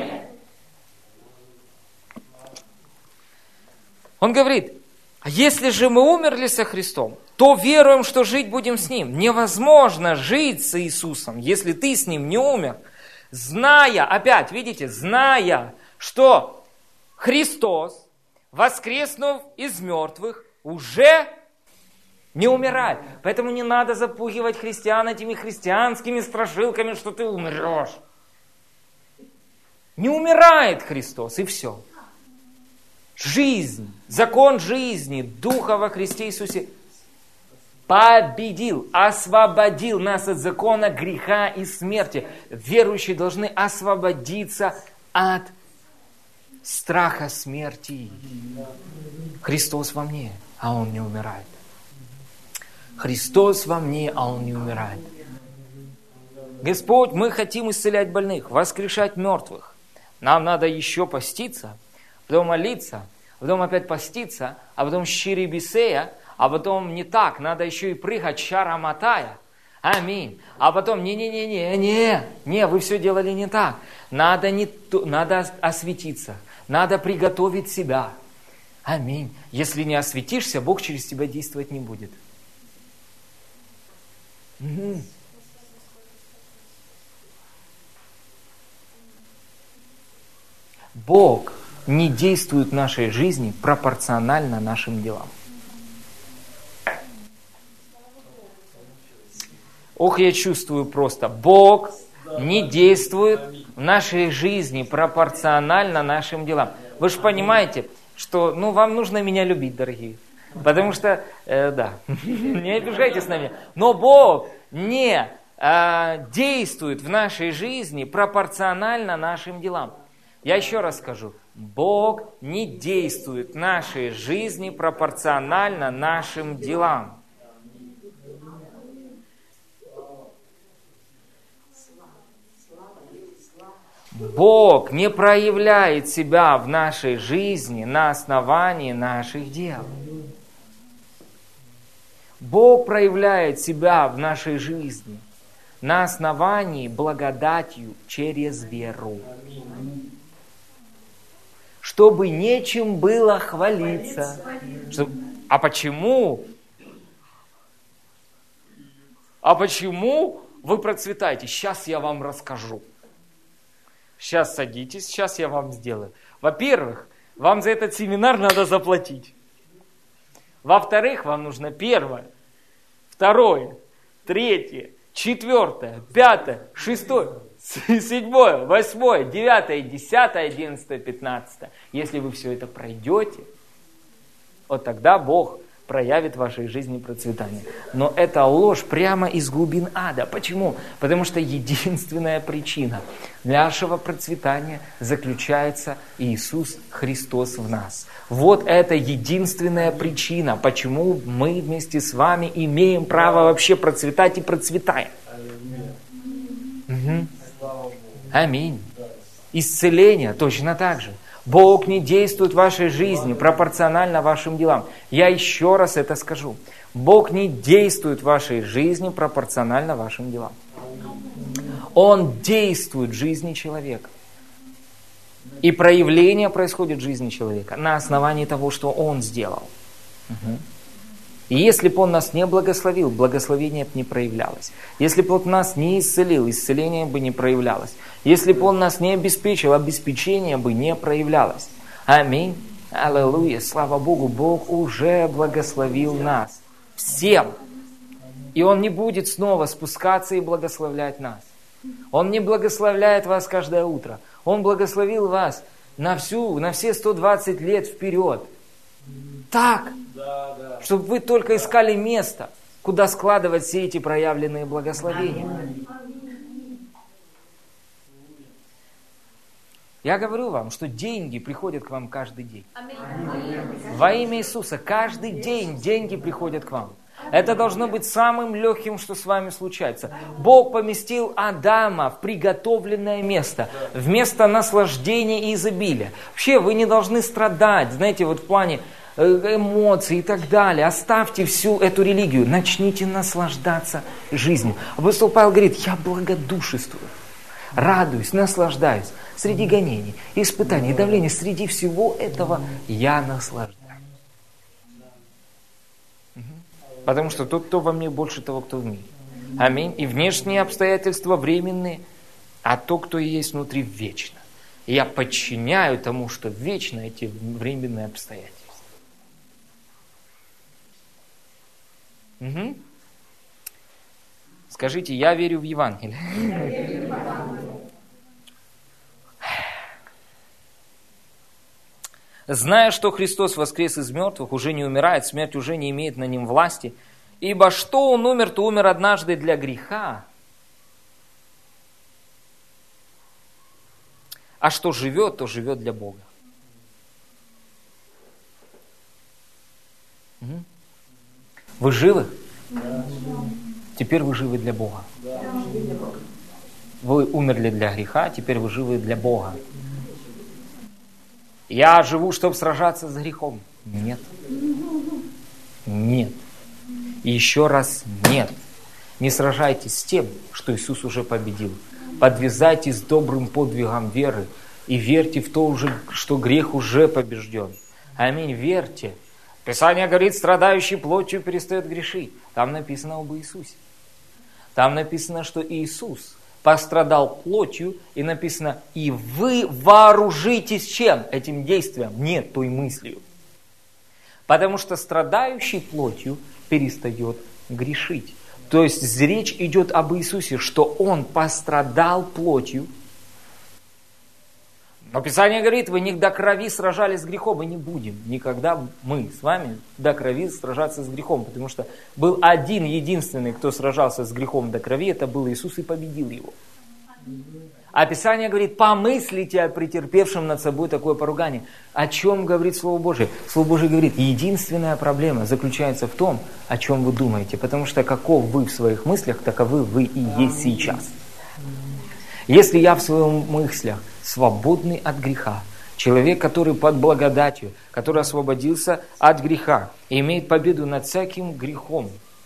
Он говорит, а если же мы умерли со Христом, то веруем, что жить будем с Ним. Невозможно жить с Иисусом, если ты с Ним не умер. Зная, опять, видите, зная, что Христос, воскреснув из мертвых, уже не умирает. Поэтому не надо запугивать христиан этими христианскими страшилками, что ты умрешь. Не умирает Христос, и все. Жизнь, закон жизни, Духа во Христе Иисусе победил, освободил нас от закона греха и смерти. Верующие должны освободиться от страха смерти. Христос во мне, а Он не умирает. Христос во мне, а Он не умирает. Господь, мы хотим исцелять больных, воскрешать мертвых. Нам надо еще поститься, потом молиться, потом опять поститься, а потом щирибисея, а потом не так, надо еще и прыгать шараматая. Аминь. А потом, не, вы все делали не так. Надо осветиться, надо приготовить себя. Аминь. Если не осветишься, Бог через тебя действовать не будет. Угу. Бог не действует в нашей жизни пропорционально нашим делам. Ох, я чувствую просто, Бог не действует в нашей жизни пропорционально нашим делам. Вы же понимаете, что вам нужно меня любить, дорогие. Потому что, не обижайтесь на меня, но Бог не действует в нашей жизни пропорционально нашим делам. Я еще раз скажу, Бог не действует в нашей жизни пропорционально нашим делам. Бог не проявляет себя в нашей жизни на основании наших дел. Бог проявляет себя в нашей жизни на основании благодатью через веру. Чтобы нечем было хвалиться. А почему? А почему вы процветаете? Сейчас я вам расскажу. Сейчас садитесь, сейчас я вам сделаю. Во-первых, вам за этот семинар надо заплатить. Во-вторых, вам нужно первое, второе, третье, четвертое, пятое, шестое, седьмое, восьмое, девятое, десятое, 11, 15. Если вы все это пройдете, вот тогда Бог проявит в вашей жизни процветание. Но это ложь прямо из глубин ада. Почему? Потому что единственная причина нашего процветания заключается Иисус Христос в нас. Вот это единственная причина, почему мы вместе с вами имеем право вообще процветать и процветаем. Угу. Аминь. Исцеление точно так же. Бог не действует в вашей жизни пропорционально вашим делам. Я еще раз это скажу. Бог не действует в вашей жизни пропорционально вашим делам. Он действует в жизни человека. И проявление происходит в жизни человека на основании того, что он сделал. Угу. И если бы Он нас не благословил, благословение бы не проявлялось. Если бы Он нас не исцелил, исцеление бы не проявлялось. Если бы Он нас не обеспечил, обеспечение бы не проявлялось. Аминь. Аллилуйя. Слава Богу, Бог уже благословил нас. Всем. И Он не будет снова спускаться и благословлять нас. Он не благословляет вас каждое утро. Он благословил вас на все 120 лет вперед. Так, чтобы вы только искали место, куда складывать все эти проявленные благословения. Я говорю вам, что деньги приходят к вам каждый день. Во имя Иисуса, каждый день деньги приходят к вам. Это должно быть самым легким, что с вами случается. Бог поместил Адама в приготовленное место, в место наслаждения и изобилия. Вообще, вы не должны страдать, знаете, вот в плане эмоций и так далее. Оставьте всю эту религию, начните наслаждаться жизнью. Апостол Павел говорит, я благодушествую, радуюсь, наслаждаюсь. Среди гонений, испытаний, давления, среди всего этого я наслаждаюсь. Потому что тот, кто во мне, больше того, кто в мире. Аминь. И внешние обстоятельства временные, а то, кто и есть внутри, вечно. И я подчиняю тому, что вечно эти временные обстоятельства. Угу. Скажите, я верю в Евангелие. Зная, что Христос воскрес из мертвых, уже не умирает, смерть уже не имеет на нем власти. Ибо что Он умер, то умер однажды для греха. А что живет, то живет для Бога. Вы живы? Теперь вы живы для Бога. Вы умерли для греха, теперь вы живы для Бога. Я живу, чтобы сражаться с грехом. Нет. Нет. И еще раз нет. Не сражайтесь с тем, что Иисус уже победил. Подвязайтесь добрым подвигом веры и верьте в то, что грех уже побежден. Аминь. Верьте. Писание говорит, страдающий плотью перестает грешить. Там написано об Иисусе. Там написано, что Иисус пострадал плотью, и написано, и вы вооружитесь чем? Этим действием, нет, той мыслью. Потому что страдающий плотью перестает грешить. То есть речь идет об Иисусе, что Он пострадал плотью. Но Писание говорит, вы не до крови сражались с грехом, и не будем никогда мы с вами до крови сражаться с грехом, потому что был один, единственный, кто сражался с грехом до крови, это был Иисус и победил его. А Писание говорит, помыслите о претерпевшем над собой такое поругание. О чем говорит Слово Божие? Слово Божие говорит, единственная проблема заключается в том, о чем вы думаете, потому что каков вы в своих мыслях, таковы вы и есть сейчас. Если я в своих мыслях свободный от греха, человек, который под благодатью, который освободился от греха, и имеет победу над всяким грехом.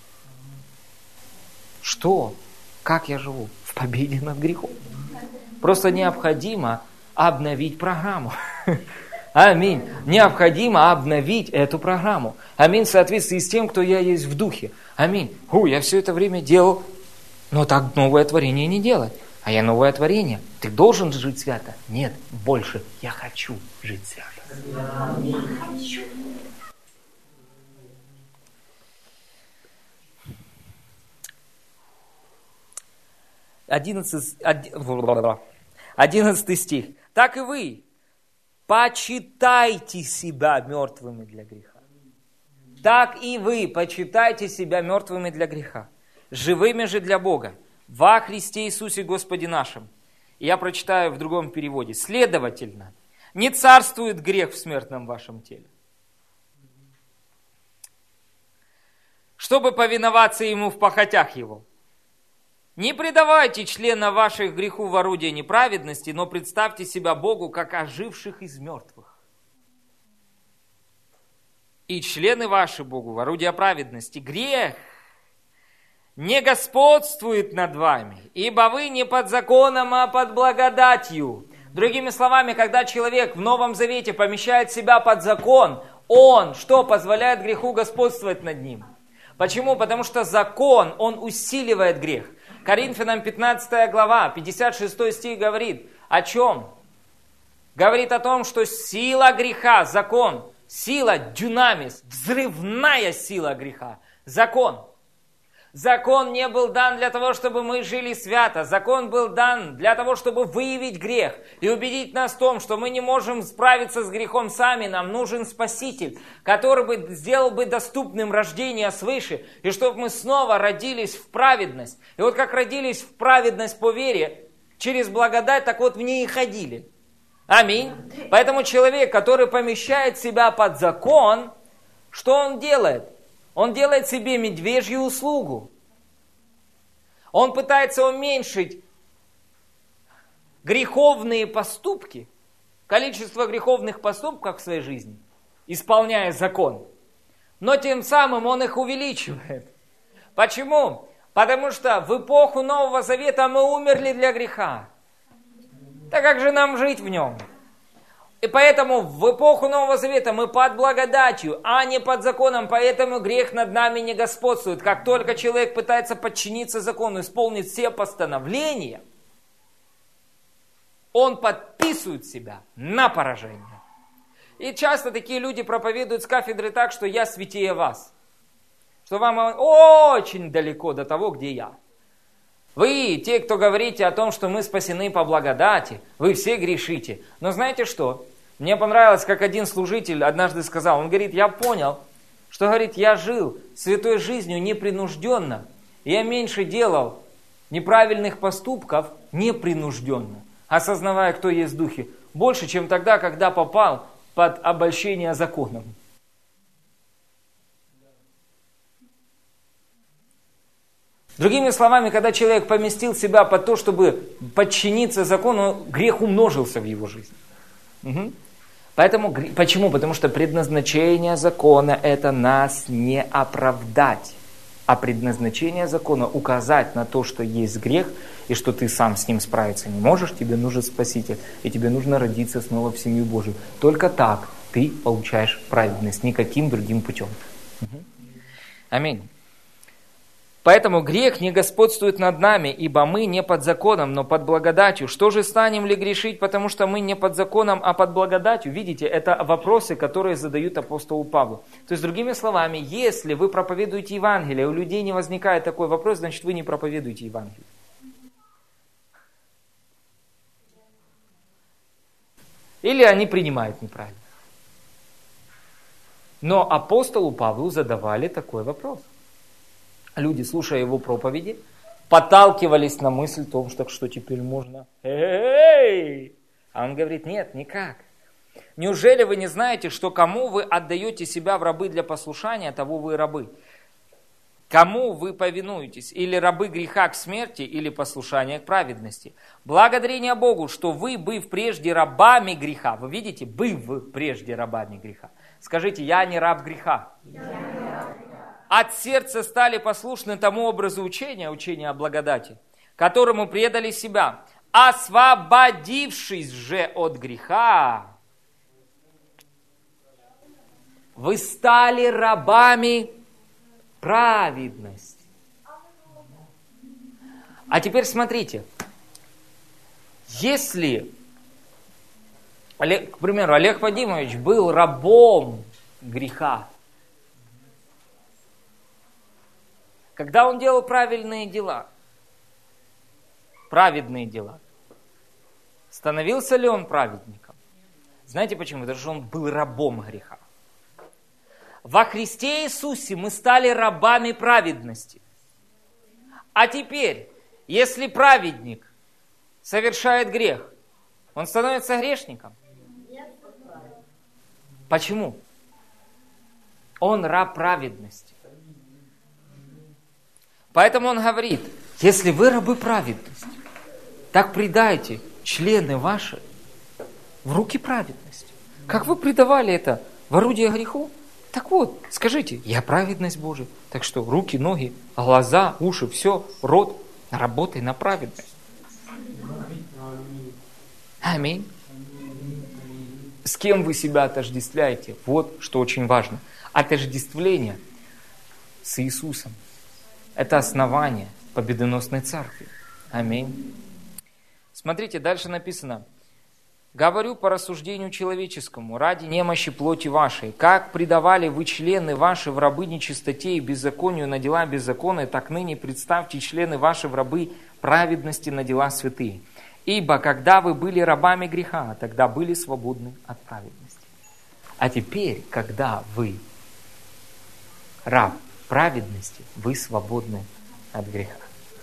Что? Как я живу? В победе над грехом. Просто необходимо обновить программу. Аминь. Необходимо обновить эту программу. Аминь. В соответствии с тем, кто я есть в духе. Аминь. Я все это время делал, но так новое творение не делать. А я новое творение. Ты должен жить свято? Нет, больше. Я хочу жить свято. Я хочу. Одиннадцатый стих. Так и вы почитайте себя мертвыми для греха. Так и вы почитайте себя мертвыми для греха, живыми же для Бога. Во Христе Иисусе Господе нашим. Я прочитаю в другом переводе. Следовательно, не царствует грех в смертном вашем теле, чтобы повиноваться ему в похотях его. Не предавайте члена ваших греху в орудие неправедности, но представьте себя Богу, как оживших из мертвых. И члены ваши Богу в орудие праведности. Грех не господствует над вами, ибо вы не под законом, а под благодатью. Другими словами, когда человек в Новом Завете помещает себя под закон, он что позволяет греху господствовать над ним? Почему? Потому что закон, он усиливает грех. Коринфянам 15 глава, 56 стих говорит о чем? Говорит о том, что сила греха, закон, сила, дюнамис, взрывная сила греха, закон. Закон не был дан для того, чтобы мы жили свято. Закон был дан для того, чтобы выявить грех и убедить нас в том, что мы не можем справиться с грехом сами. Нам нужен Спаситель, который бы сделал бы доступным рождение свыше, и чтобы мы снова родились в праведность. И вот как родились в праведность по вере, через благодать, так вот в ней и ходили. Аминь. Поэтому человек, который помещает себя под закон, что он делает? Он делает себе медвежью услугу. Он пытается уменьшить греховные поступки, количество греховных поступков в своей жизни, исполняя закон. Но тем самым он их увеличивает. Почему? Потому что в эпоху Нового Завета мы умерли для греха. Так как же нам жить в нем? И поэтому в эпоху Нового Завета мы под благодатью, а не под законом, поэтому грех над нами не господствует. Как только человек пытается подчиниться закону, исполнить все постановления, он подписывает себя на поражение. И часто такие люди проповедуют с кафедры так, что я святее вас. Что вам очень далеко до того, где я. Вы, те, кто говорите о том, что мы спасены по благодати, вы все грешите. Но знаете что? Мне понравилось, как один служитель однажды сказал, он говорит, я понял, что, говорит, я жил святой жизнью непринужденно, я меньше делал неправильных поступков непринужденно, осознавая, кто есть в духе, больше, чем тогда, когда попал под обольщение законом. Другими словами, когда человек поместил себя под то, чтобы подчиниться закону, грех умножился в его жизни. Угу. Поэтому, почему? Потому что предназначение закона – это нас не оправдать, а предназначение закона – указать на то, что есть грех, и что ты сам с ним справиться не можешь, тебе нужен Спаситель, и тебе нужно родиться снова в семью Божию. Только так ты получаешь праведность, никаким другим путем. Угу. Аминь. Поэтому грех не господствует над нами, ибо мы не под законом, но под благодатью. Что же, станем ли грешить, потому что мы не под законом, а под благодатью? Видите, это вопросы, которые задают апостолу Павлу. То есть, другими словами, если вы проповедуете Евангелие, у людей не возникает такой вопрос, значит, вы не проповедуете Евангелие. Или они принимают неправильно. Но апостолу Павлу задавали такой вопрос. Люди, слушая его проповеди, подталкивались на мысль о том, что теперь можно. А он говорит, нет, никак. Неужели вы не знаете, что кому вы отдаете себя в рабы для послушания, того вы рабы? Кому вы повинуетесь? Или рабы греха к смерти, или послушания к праведности? Благодарение Богу, что вы, быв прежде рабами греха, вы видите, быв прежде рабами греха. Скажите, я не раб греха. От сердца стали послушны тому образу учения о благодати, которому предали себя, освободившись же от греха, вы стали рабами праведности. А теперь смотрите, если, к примеру, Олег Вадимович был рабом греха, когда он делал правильные дела, праведные дела, становился ли он праведником? Знаете почему? Потому что он был рабом греха. Во Христе Иисусе мы стали рабами праведности. А теперь, если праведник совершает грех, он становится грешником? Почему? Он раб праведности. Поэтому он говорит, если вы рабы праведности, так предайте члены ваши в руки праведности. Как вы предавали это в орудие греху? Так вот, скажите, я праведность Божия. Так что руки, ноги, глаза, уши, все, рот, работай на праведность. Аминь. С кем вы себя отождествляете? Вот что очень важно. Отождествление с Иисусом. Это основание победоносной церкви. Аминь. Смотрите, дальше написано. «Говорю по рассуждению человеческому, ради немощи плоти вашей, как предавали вы члены ваши в рабы нечистоте и беззаконию на дела беззаконные, так ныне представьте члены ваши в рабы праведности на дела святые. Ибо когда вы были рабами греха, тогда были свободны от праведности». А теперь, когда вы раб праведности, вы свободны от греха.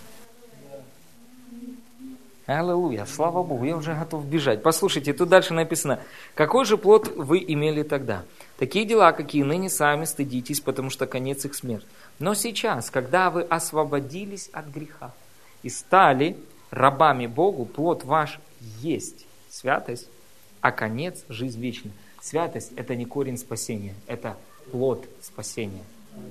Аллилуйя, слава Богу, я уже готов бежать. Послушайте, тут дальше написано, какой же плод вы имели тогда? Такие дела, какие ныне сами стыдитесь, потому что конец их смерть. Но сейчас, когда вы освободились от греха и стали рабами Богу, плод ваш есть святость, а конец – жизнь вечная. Святость – это не корень спасения, это плод спасения.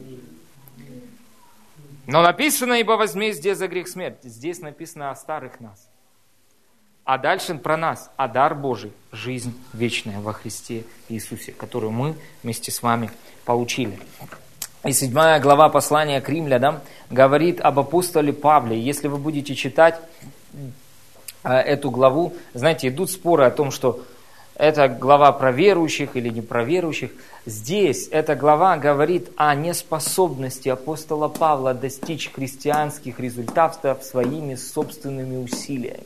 Но написано, ибо возмездие за грех смерть. Здесь написано о старых нас. А дальше про нас, а дар Божий, жизнь вечная во Христе Иисусе, которую мы вместе с вами получили. И 7 глава послания к Римлянам говорит об апостоле Павле. Если вы будете читать эту главу, знаете, идут споры о том, что это глава про верующих или не про верующих. Здесь эта глава говорит о неспособности апостола Павла достичь христианских результатов своими собственными усилиями.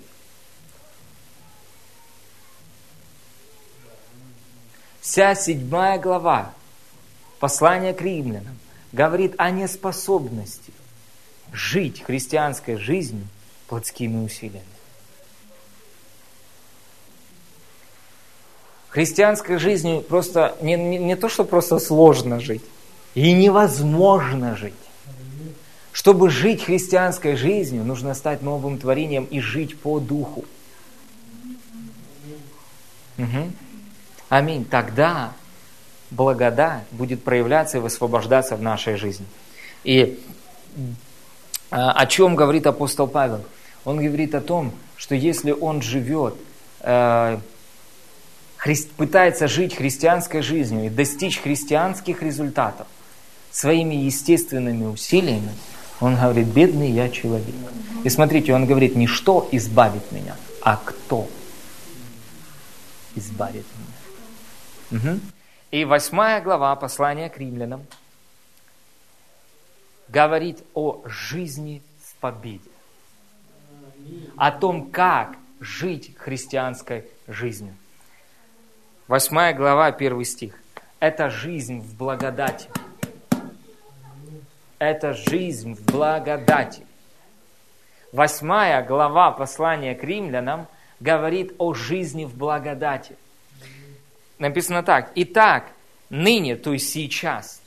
Вся 7 глава послания к Римлянам говорит о неспособности жить христианской жизнью плотскими усилиями. Христианской жизнью просто не то, что просто сложно жить, и невозможно жить. Чтобы жить христианской жизнью, нужно стать новым творением и жить по духу. Угу. Аминь. Тогда благодать будет проявляться и высвобождаться в нашей жизни. И о чем говорит апостол Павел? Он говорит о том, что если он живет, пытается жить христианской жизнью и достичь христианских результатов своими естественными усилиями, он говорит, бедный я человек. И смотрите, он говорит, не что избавит меня, а кто избавит меня. Угу. И 8 глава послания к Римлянам говорит о жизни в победе. О том, как жить христианской жизнью. 8 глава, 1 стих. Это жизнь в благодати. Это жизнь в благодати. 8 глава послания к Римлянам говорит о жизни в благодати. Написано так. Итак, ныне, то есть сейчас,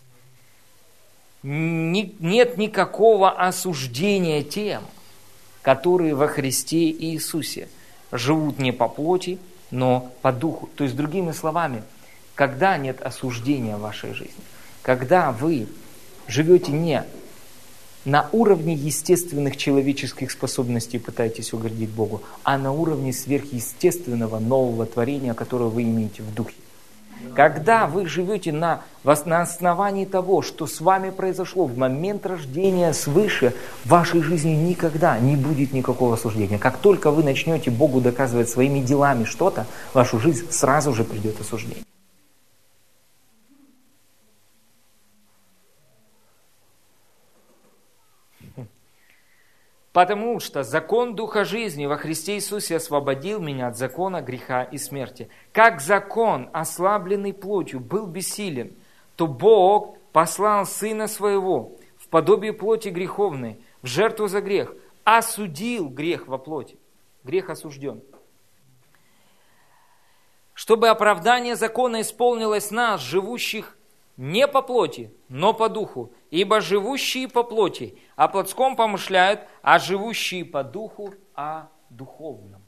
нет никакого осуждения тем, которые во Христе Иисусе живут не по плоти, но по духу. То есть, другими словами, когда нет осуждения в вашей жизни, когда вы живете не на уровне естественных человеческих способностей пытаетесь угодить Богу, а на уровне сверхъестественного нового творения, которое вы имеете в духе. Когда вы живете на основании того, что с вами произошло в момент рождения свыше, в вашей жизни никогда не будет никакого осуждения. Как только вы начнете Богу доказывать своими делами что-то, в вашу жизнь сразу же придет осуждение. Потому что закон Духа жизни во Христе Иисусе освободил меня от закона греха и смерти. Как закон, ослабленный плотью, был бессилен, то Бог послал Сына Своего в подобие плоти греховной, в жертву за грех, осудил грех во плоти. Грех осужден. Чтобы оправдание закона исполнилось нас, живущих не по плоти, но по духу. Ибо живущие по плоти о плотском помышляют, а живущие по духу о духовном.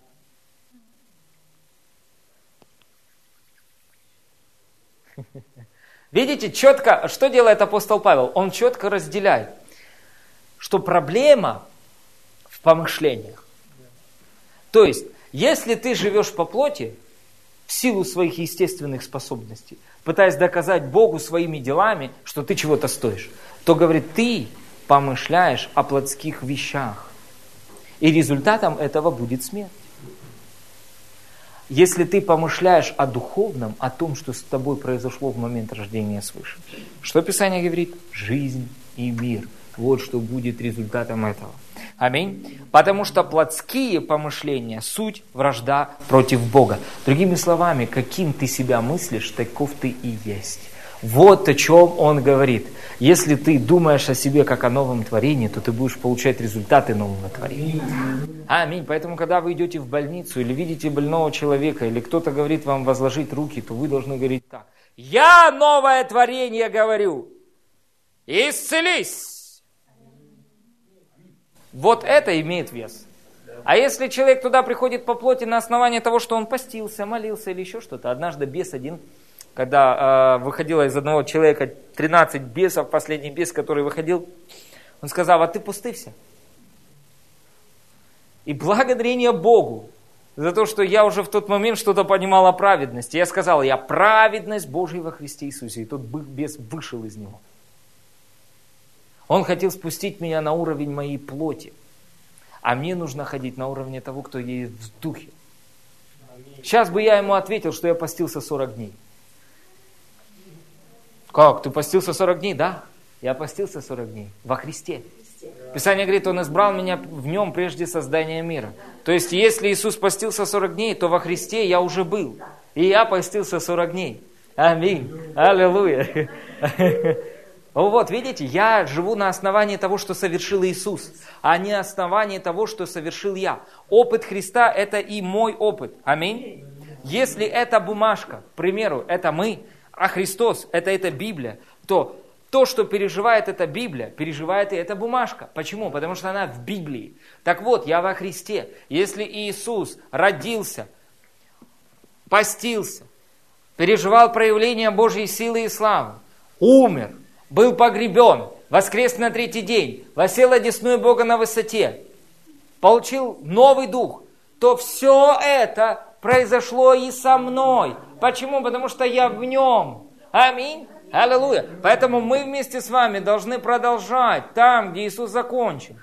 Видите, четко, что делает апостол Павел? Он четко разделяет, что проблема в помышлениях. То есть, если ты живешь по плоти, в силу своих естественных способностей, пытаясь доказать Богу своими делами, что ты чего-то стоишь, то, говорит, ты помышляешь о плотских вещах. И результатом этого будет смерть. Если ты помышляешь о духовном, о том, что с тобой произошло в момент рождения свыше, что Писание говорит? Жизнь и мир. Вот что будет результатом этого. Аминь. Потому что плотские помышления – суть вражда против Бога. Другими словами, каким ты себя мыслишь, таков ты и есть. Вот о чем он говорит. Если ты думаешь о себе как о новом творении, то ты будешь получать результаты нового творения. Аминь. Поэтому, когда вы идете в больницу или видите больного человека, или кто-то говорит вам возложить руки, то вы должны говорить так. Я новое творение говорю. Исцелись. Вот это имеет вес. А если человек туда приходит по плоти на основании того, что он постился, молился или еще что-то, однажды бес один, когда выходило из одного человека 13 бесов, последний бес, который выходил, он сказал, а ты пустывся. И благодарение Богу за то, что я уже в тот момент что-то понимал о праведности. Я сказал, я праведность Божия во Христе Иисусе. И тот бес вышел из него. Он хотел спустить меня на уровень моей плоти. А мне нужно ходить на уровне того, кто есть в духе. Сейчас бы я ему ответил, что я постился 40 дней. Как? Ты постился 40 дней? Да, я постился 40 дней во Христе. Писание говорит, Он избрал меня в Нем прежде создания мира. То есть, если Иисус постился 40 дней, то во Христе я уже был. И я постился 40 дней. Аминь. Аллилуйя. Вот, видите, я живу на основании того, что совершил Иисус, а не на основании того, что совершил я. Опыт Христа – это и мой опыт. Аминь. Если эта бумажка, к примеру, это мы, а Христос – это Библия, то, что переживает эта Библия, переживает и эта бумажка. Почему? Потому что она в Библии. Так вот, я во Христе. Если Иисус родился, постился, переживал проявление Божьей силы и славы, умер, был погребен, воскрес на третий день, воссел одесную Бога на высоте, получил новый дух, то все это произошло и со мной. Почему? Потому что я в нем. Аминь. Аллилуйя. Поэтому мы вместе с вами должны продолжать там, где Иисус закончил.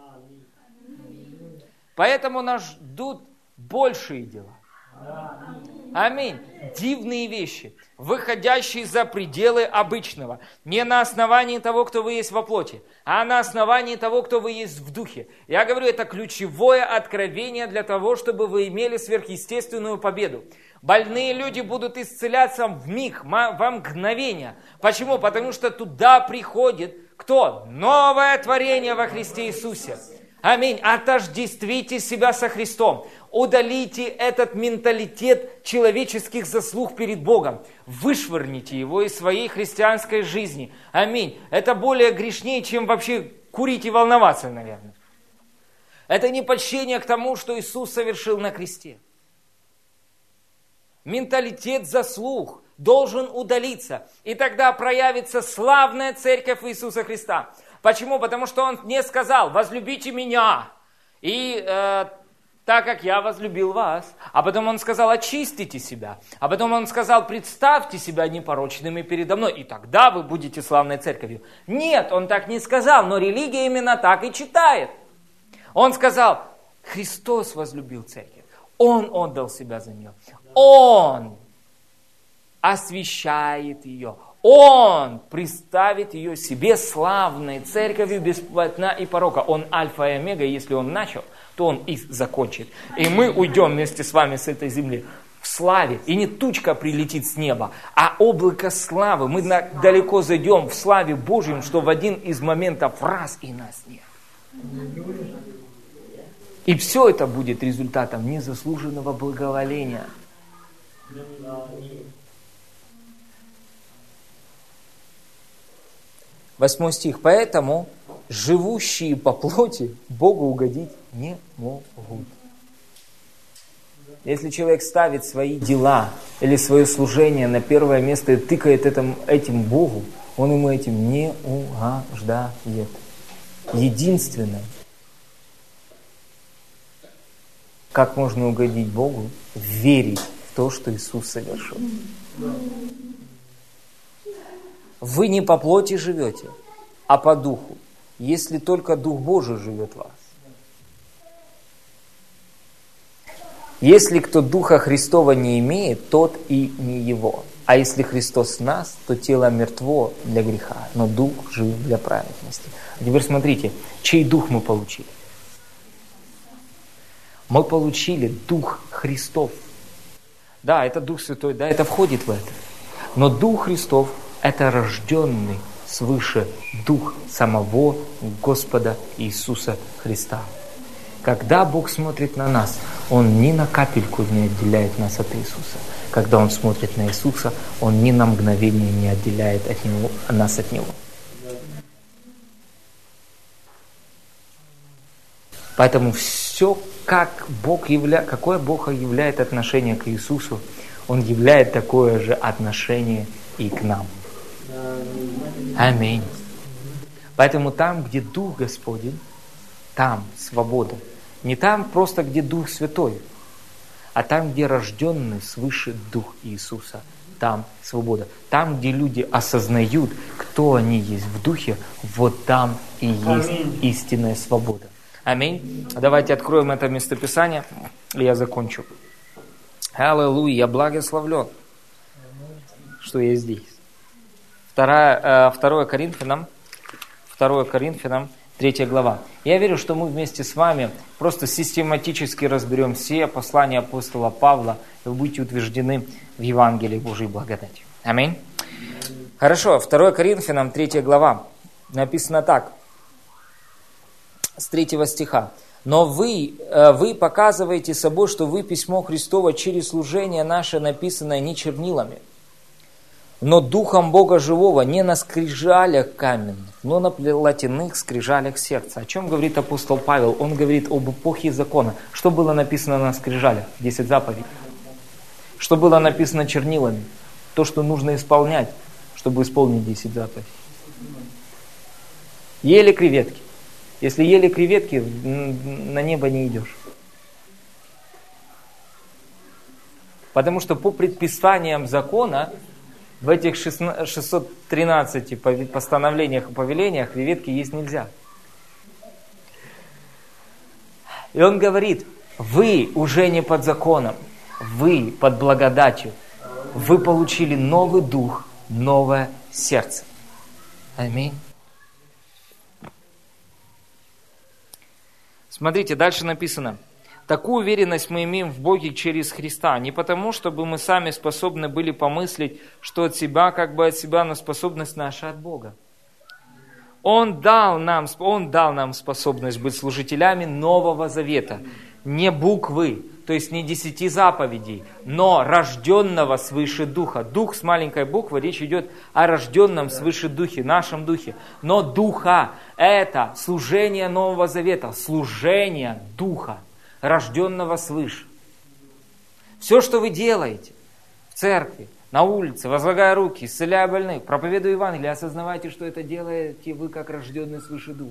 Поэтому нас ждут большие дела. Аминь. Дивные вещи, выходящие за пределы обычного. Не на основании того, кто вы есть во плоти, а на основании того, кто вы есть в духе. Я говорю, это ключевое откровение для того, чтобы вы имели сверхъестественную победу. Больные люди будут исцеляться в миг, во мгновение. Почему? Потому что туда приходит кто? Новое творение во Христе Иисусе. Аминь. Отождествите себя со Христом. Удалите этот менталитет человеческих заслуг перед Богом. Вышвырните его из своей христианской жизни. Аминь. Это более грешнее, чем вообще курить и волноваться, наверное. Это не почтение к тому, что Иисус совершил на кресте. Менталитет заслуг должен удалиться. И тогда проявится славная церковь Иисуса Христа. Почему? Потому что Он не сказал, возлюбите меня, и так как я возлюбил вас. А потом Он сказал, очистите себя. А потом Он сказал, представьте себя непорочными передо мной, и тогда вы будете славной церковью. Нет, Он так не сказал, но религия именно так и читает. Он сказал, Христос возлюбил церковь. Он отдал себя за нее. Он освящает ее. Он представит ее себе славной церковью без плотна и порока. Он альфа и омега, и если Он начал, то Он и закончит. И мы уйдем вместе с вами с этой земли в славе. И не тучка прилетит с неба, а облако славы. Мы далеко зайдем в славе Божьем, что в один из моментов раз и нас нет. И все это будет результатом незаслуженного благоволения. 8 стих. Поэтому живущие по плоти Богу угодить не могут. Если человек ставит свои дела или свое служение на первое место и тыкает этим Богу, он ему этим не угождает. Единственное, как можно угодить Богу, верить в то, что Иисус совершил. Вы не по плоти живете, а по духу, если только Дух Божий живет в вас. Если кто Духа Христова не имеет, тот и не его. А если Христос в нас, то тело мертво для греха, но Дух жив для праведности. А теперь смотрите, чей Дух мы получили? Мы получили Дух Христов. Да, это Дух Святой, да, это входит в это. Но Дух Христов – это рожденный свыше Дух самого Господа Иисуса Христа. Когда Бог смотрит на нас, Он ни на капельку не отделяет нас от Иисуса. Когда Он смотрит на Иисуса, Он ни на мгновение не отделяет нас от Него. Поэтому все, какое Бог являет отношение к Иисусу, Он являет такое же отношение и к нам. Аминь. Поэтому там, где Дух Господень, там свобода. Не там просто, где Дух Святой, а там, где рожденный свыше Дух Иисуса, там свобода. Там, где люди осознают, кто они есть в Духе, вот там и есть истинная свобода. Аминь. Давайте откроем это местописание, и я закончу. Аллилуйя, я благословлен, что я здесь. 2 Коринфянам, 3 глава. Я верю, что мы вместе с вами просто систематически разберем все послания апостола Павла, и вы будете утверждены в Евангелии Божьей благодати. Аминь. Хорошо, 2 Коринфянам, 3 глава. Написано так, с 3 стиха. «Но вы показываете собой, что вы письмо Христово через служение наше, написанное не чернилами, но Духом Бога Живого, не на скрижалях каменных, но на плотяных скрижалях сердца». О чем говорит апостол Павел? Он говорит об эпохе закона. Что было написано на скрижалях? 10 заповедей. Что было написано чернилами? То, что нужно исполнять, чтобы исполнить 10 заповедей. Ели креветки. Если ели креветки, на небо не идешь. Потому что по предписаниям закона в этих 613 постановлениях и повелениях креветки есть нельзя. И он говорит, вы уже не под законом, вы под благодатью. Вы получили новый дух, новое сердце. Аминь. Смотрите, дальше написано. Такую уверенность мы имеем в Боге через Христа. Не потому, чтобы мы сами способны были помыслить, что от себя, как бы от себя, но способность наша от Бога. Он дал нам способность быть служителями Нового Завета. Не буквы, то есть не 10 заповедей, но рожденного свыше Духа. Дух с маленькой буквы, речь идет о рожденном свыше Духе, нашем Духе. Но Духа – это служение Нового Завета, служение Духа, рожденного свыше. Все, что вы делаете в церкви, на улице, возлагая руки, исцеляя больных, проповедуя Евангелие, осознавайте, что это делаете вы, как рожденный свыше Дух.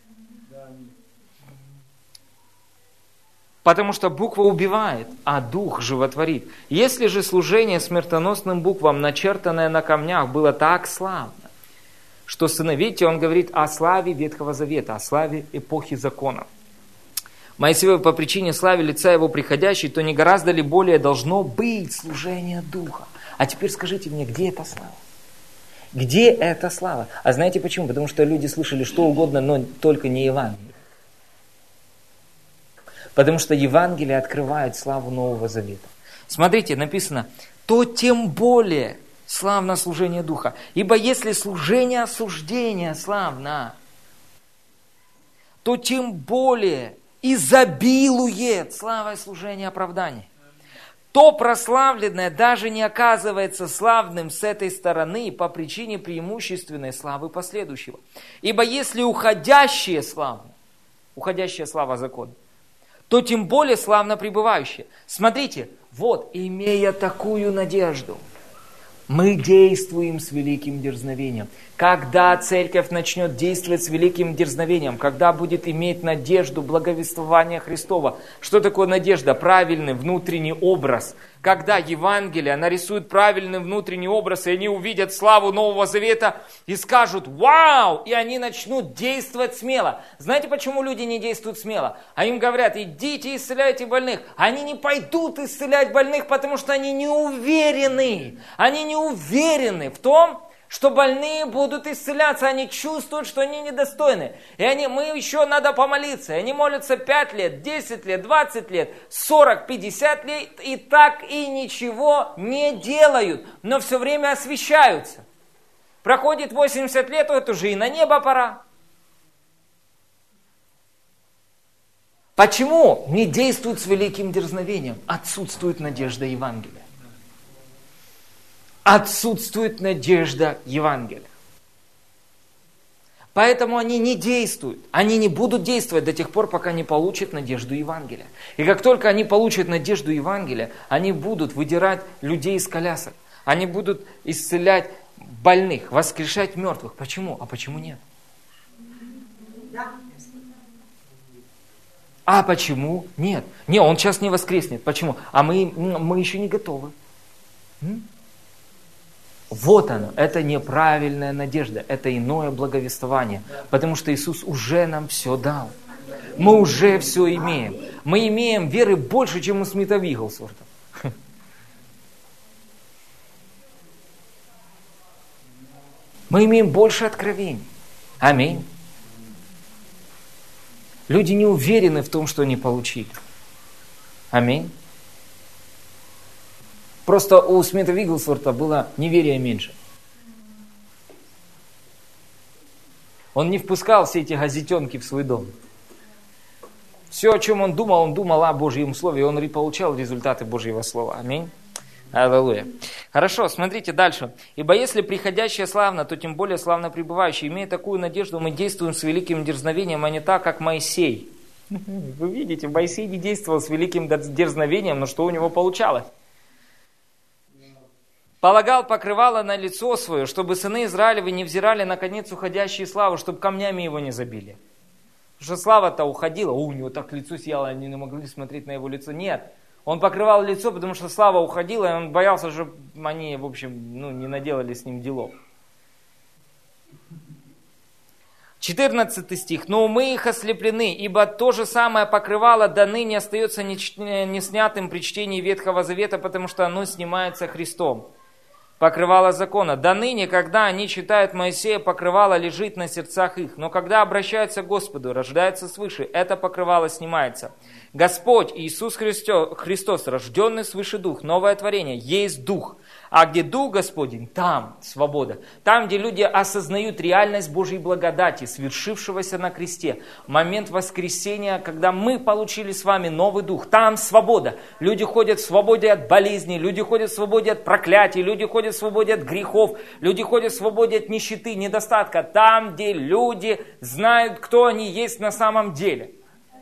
Потому что буква убивает, а Дух животворит. Если же служение смертоносным буквам, начертанное на камнях, было так славно, что видите, он говорит о славе Ветхого Завета, о славе эпохи закона. Моисею по причине славы лица его приходящей, то не гораздо ли более должно быть служение Духа? А теперь скажите мне, где эта слава? Где эта слава? А знаете почему? Потому что люди слышали что угодно, но только не Евангелие. Потому что Евангелие открывает славу Нового Завета. Смотрите, написано, то тем более славно служение Духа. Ибо если служение осуждения славно, то тем более изобилует славой служения оправдания. То прославленное даже не оказывается славным с этой стороны по причине преимущественной славы последующего. Ибо если уходящая слава закона, то тем более славно пребывающая. Смотрите, вот, имея такую надежду, мы действуем с великим дерзновением. Когда церковь начнет действовать с великим дерзновением, когда будет иметь надежду благовествования Христова. Что такое надежда? Правильный внутренний образ когда Евангелие нарисует правильный внутренний образ, и они увидят славу Нового Завета и скажут «Вау!» И они начнут действовать смело. Знаете, почему люди не действуют смело? А им говорят «Идите, исцеляйте больных». Они не пойдут исцелять больных, потому что они не уверены. Они не уверены в том, что больные будут исцеляться, они чувствуют, что они недостойны. И мы еще надо помолиться. И они молятся 5 лет, 10 лет, 20 лет, 40, 50 лет, и так и ничего не делают, но все время освящаются. Проходит 80 лет, вот уже и на небо пора. Почему не действуют с великим дерзновением? Отсутствует надежда Евангелия. Отсутствует надежда Евангелия. Поэтому они не действуют. Они не будут действовать до тех пор, пока не получат надежду Евангелия. И как только они получат надежду Евангелия, они будут выдирать людей из колясок. Они будут исцелять больных, воскрешать мертвых. Почему? А почему нет? А почему нет? Не, он сейчас не воскреснет. Почему? А мы еще не готовы. Вот оно, это неправильная надежда, это иное благовествование, потому что Иисус уже нам все дал. Мы уже все имеем. Мы имеем веры больше, чем у Смита Вигглсворта. Мы имеем больше откровений. Аминь. Люди не уверены в том, что они получили. Аминь. Просто у Смита Вигглсворта было неверия меньше. Он не впускал все эти газетенки в свой дом. Все, о чем он думал о Божьем Слове, и он получал результаты Божьего Слова. Аминь. Аллилуйя. Хорошо, смотрите дальше. «Ибо если приходящее славно, то тем более славно пребывающее. Имея такую надежду, мы действуем с великим дерзновением, а не так, как Моисей». Вы видите, Моисей не действовал с великим дерзновением, но что у него получалось? «Полагал покрывало на лицо свое, чтобы сыны Израилевы не взирали на конец уходящей славы, чтобы камнями его не забили». Потому что слава-то уходила, у него так лицо сияло, они не могли смотреть на его лицо. Нет, он покрывал лицо, потому что слава уходила, и он боялся, чтобы они, в общем, не наделали с ним делов. 14 стих. «Но умы их ослеплены, ибо то же самое покрывало до ныне остается не снятым при чтении Ветхого Завета, потому что оно снимается Христом». Покрывало закона. До ныне, когда они читают Моисея, покрывало лежит на сердцах их. Но когда обращаются к Господу, рождаются свыше, это покрывало снимается. Господь Иисус Христос, рожденный свыше Дух, новое творение, есть Дух. А где Дух Господень, там свобода. Там, где люди осознают реальность Божьей благодати, свершившегося на кресте. Момент воскресения, когда мы получили с вами новый Дух. Там свобода. Люди ходят в свободе от болезней, люди ходят в свободе от проклятий, люди ходят в свободе от грехов, люди ходят в свободе от нищеты, недостатка. Там, где люди знают, кто они есть на самом деле.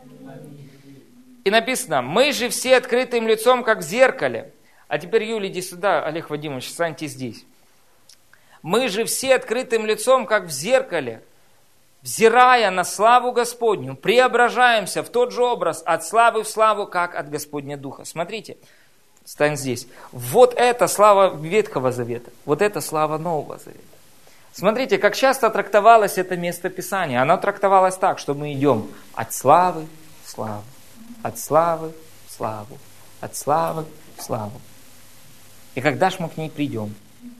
И написано, мы же все открытым лицом, как в зеркале. А теперь, Юлия, иди сюда, Олег Вадимович, встаньте здесь. Мы же все открытым лицом, как в зеркале, взирая на славу Господню, преображаемся в тот же образ от славы в славу, как от Господня Духа. Смотрите, стань здесь. Вот это слава Ветхого Завета, вот это слава Нового Завета. Смотрите, как часто трактовалось это место Писания. Оно трактовалось так, что мы идем от славы в славу, от славы в славу, от славы в славу. И когда ж мы к ней придем?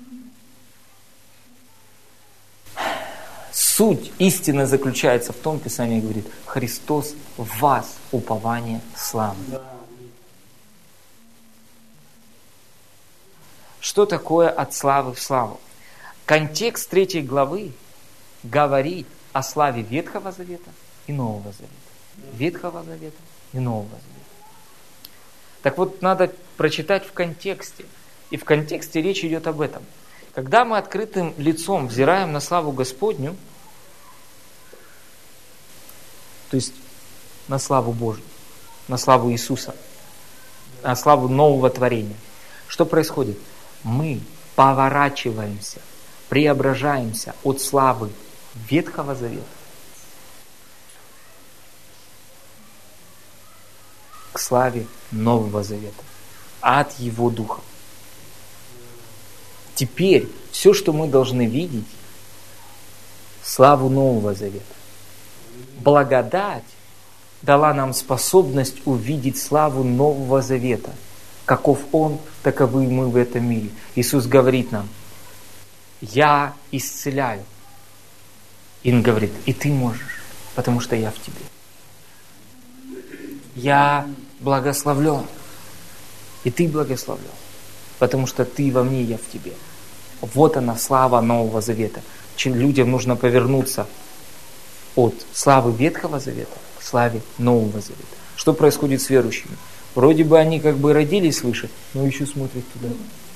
Суть истины заключается в том, Писание говорит, Христос в вас, упование славы. Что такое от славы в славу? Контекст 3 главы говорит о славе Ветхого Завета и Нового Завета. Ветхого Завета и Нового Завета. Так вот, надо прочитать в контексте. И в контексте речь идет об этом. Когда мы открытым лицом взираем на славу Господню, то есть на славу Божью, на славу Иисуса, на славу нового творения, что происходит? Мы поворачиваемся, преображаемся от славы Ветхого Завета к славе Нового Завета. от Его Духа. Теперь все, что мы должны видеть, славу Нового Завета. Благодать дала нам способность увидеть славу Нового Завета. Каков Он, таковы и мы в этом мире. Иисус говорит нам: я исцеляю. И Он говорит: и ты можешь, потому что я в тебе. Я благословлен, и ты благословлен, потому что ты во мне, я в тебе. Вот она, слава Нового Завета. Людям нужно повернуться от славы Ветхого Завета к славе Нового Завета. Что происходит с верующими? Вроде бы они как бы родились свыше, но еще смотрят туда.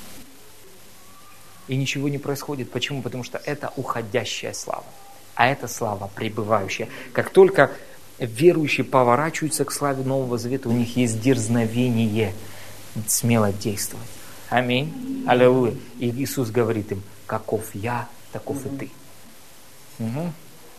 И ничего не происходит. Почему? Потому что это уходящая слава. А это слава пребывающая. Как только верующие поворачиваются к славе Нового Завета, у них есть дерзновение смело действовать. Аминь. Аллилуйя. И Иисус говорит им: каков я, таков и ты. Угу.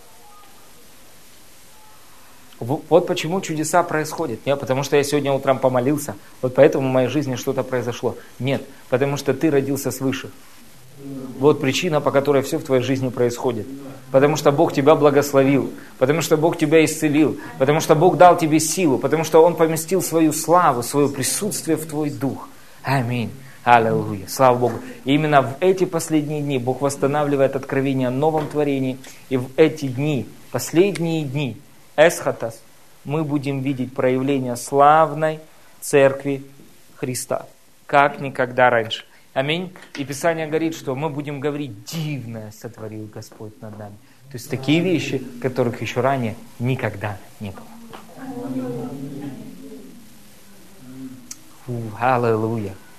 Вот почему чудеса происходят. Не потому что я сегодня утром помолился, вот поэтому в моей жизни что-то произошло. Нет, потому что ты родился свыше. Вот причина, по которой все в твоей жизни происходит. Потому что Бог тебя благословил, потому что Бог тебя исцелил, потому что Бог дал тебе силу, потому что Он поместил свою славу, свое присутствие в твой дух. Аминь. Аллилуйя. Слава Богу. И именно в эти последние дни Бог восстанавливает откровение о новом творении. И в эти дни, последние дни, эсхатас, мы будем видеть проявление славной Церкви Христа, как никогда раньше. Аминь. И Писание говорит, что мы будем говорить: дивное сотворил Господь над нами. То есть такие вещи, которых еще ранее никогда не было. Аллилуйя.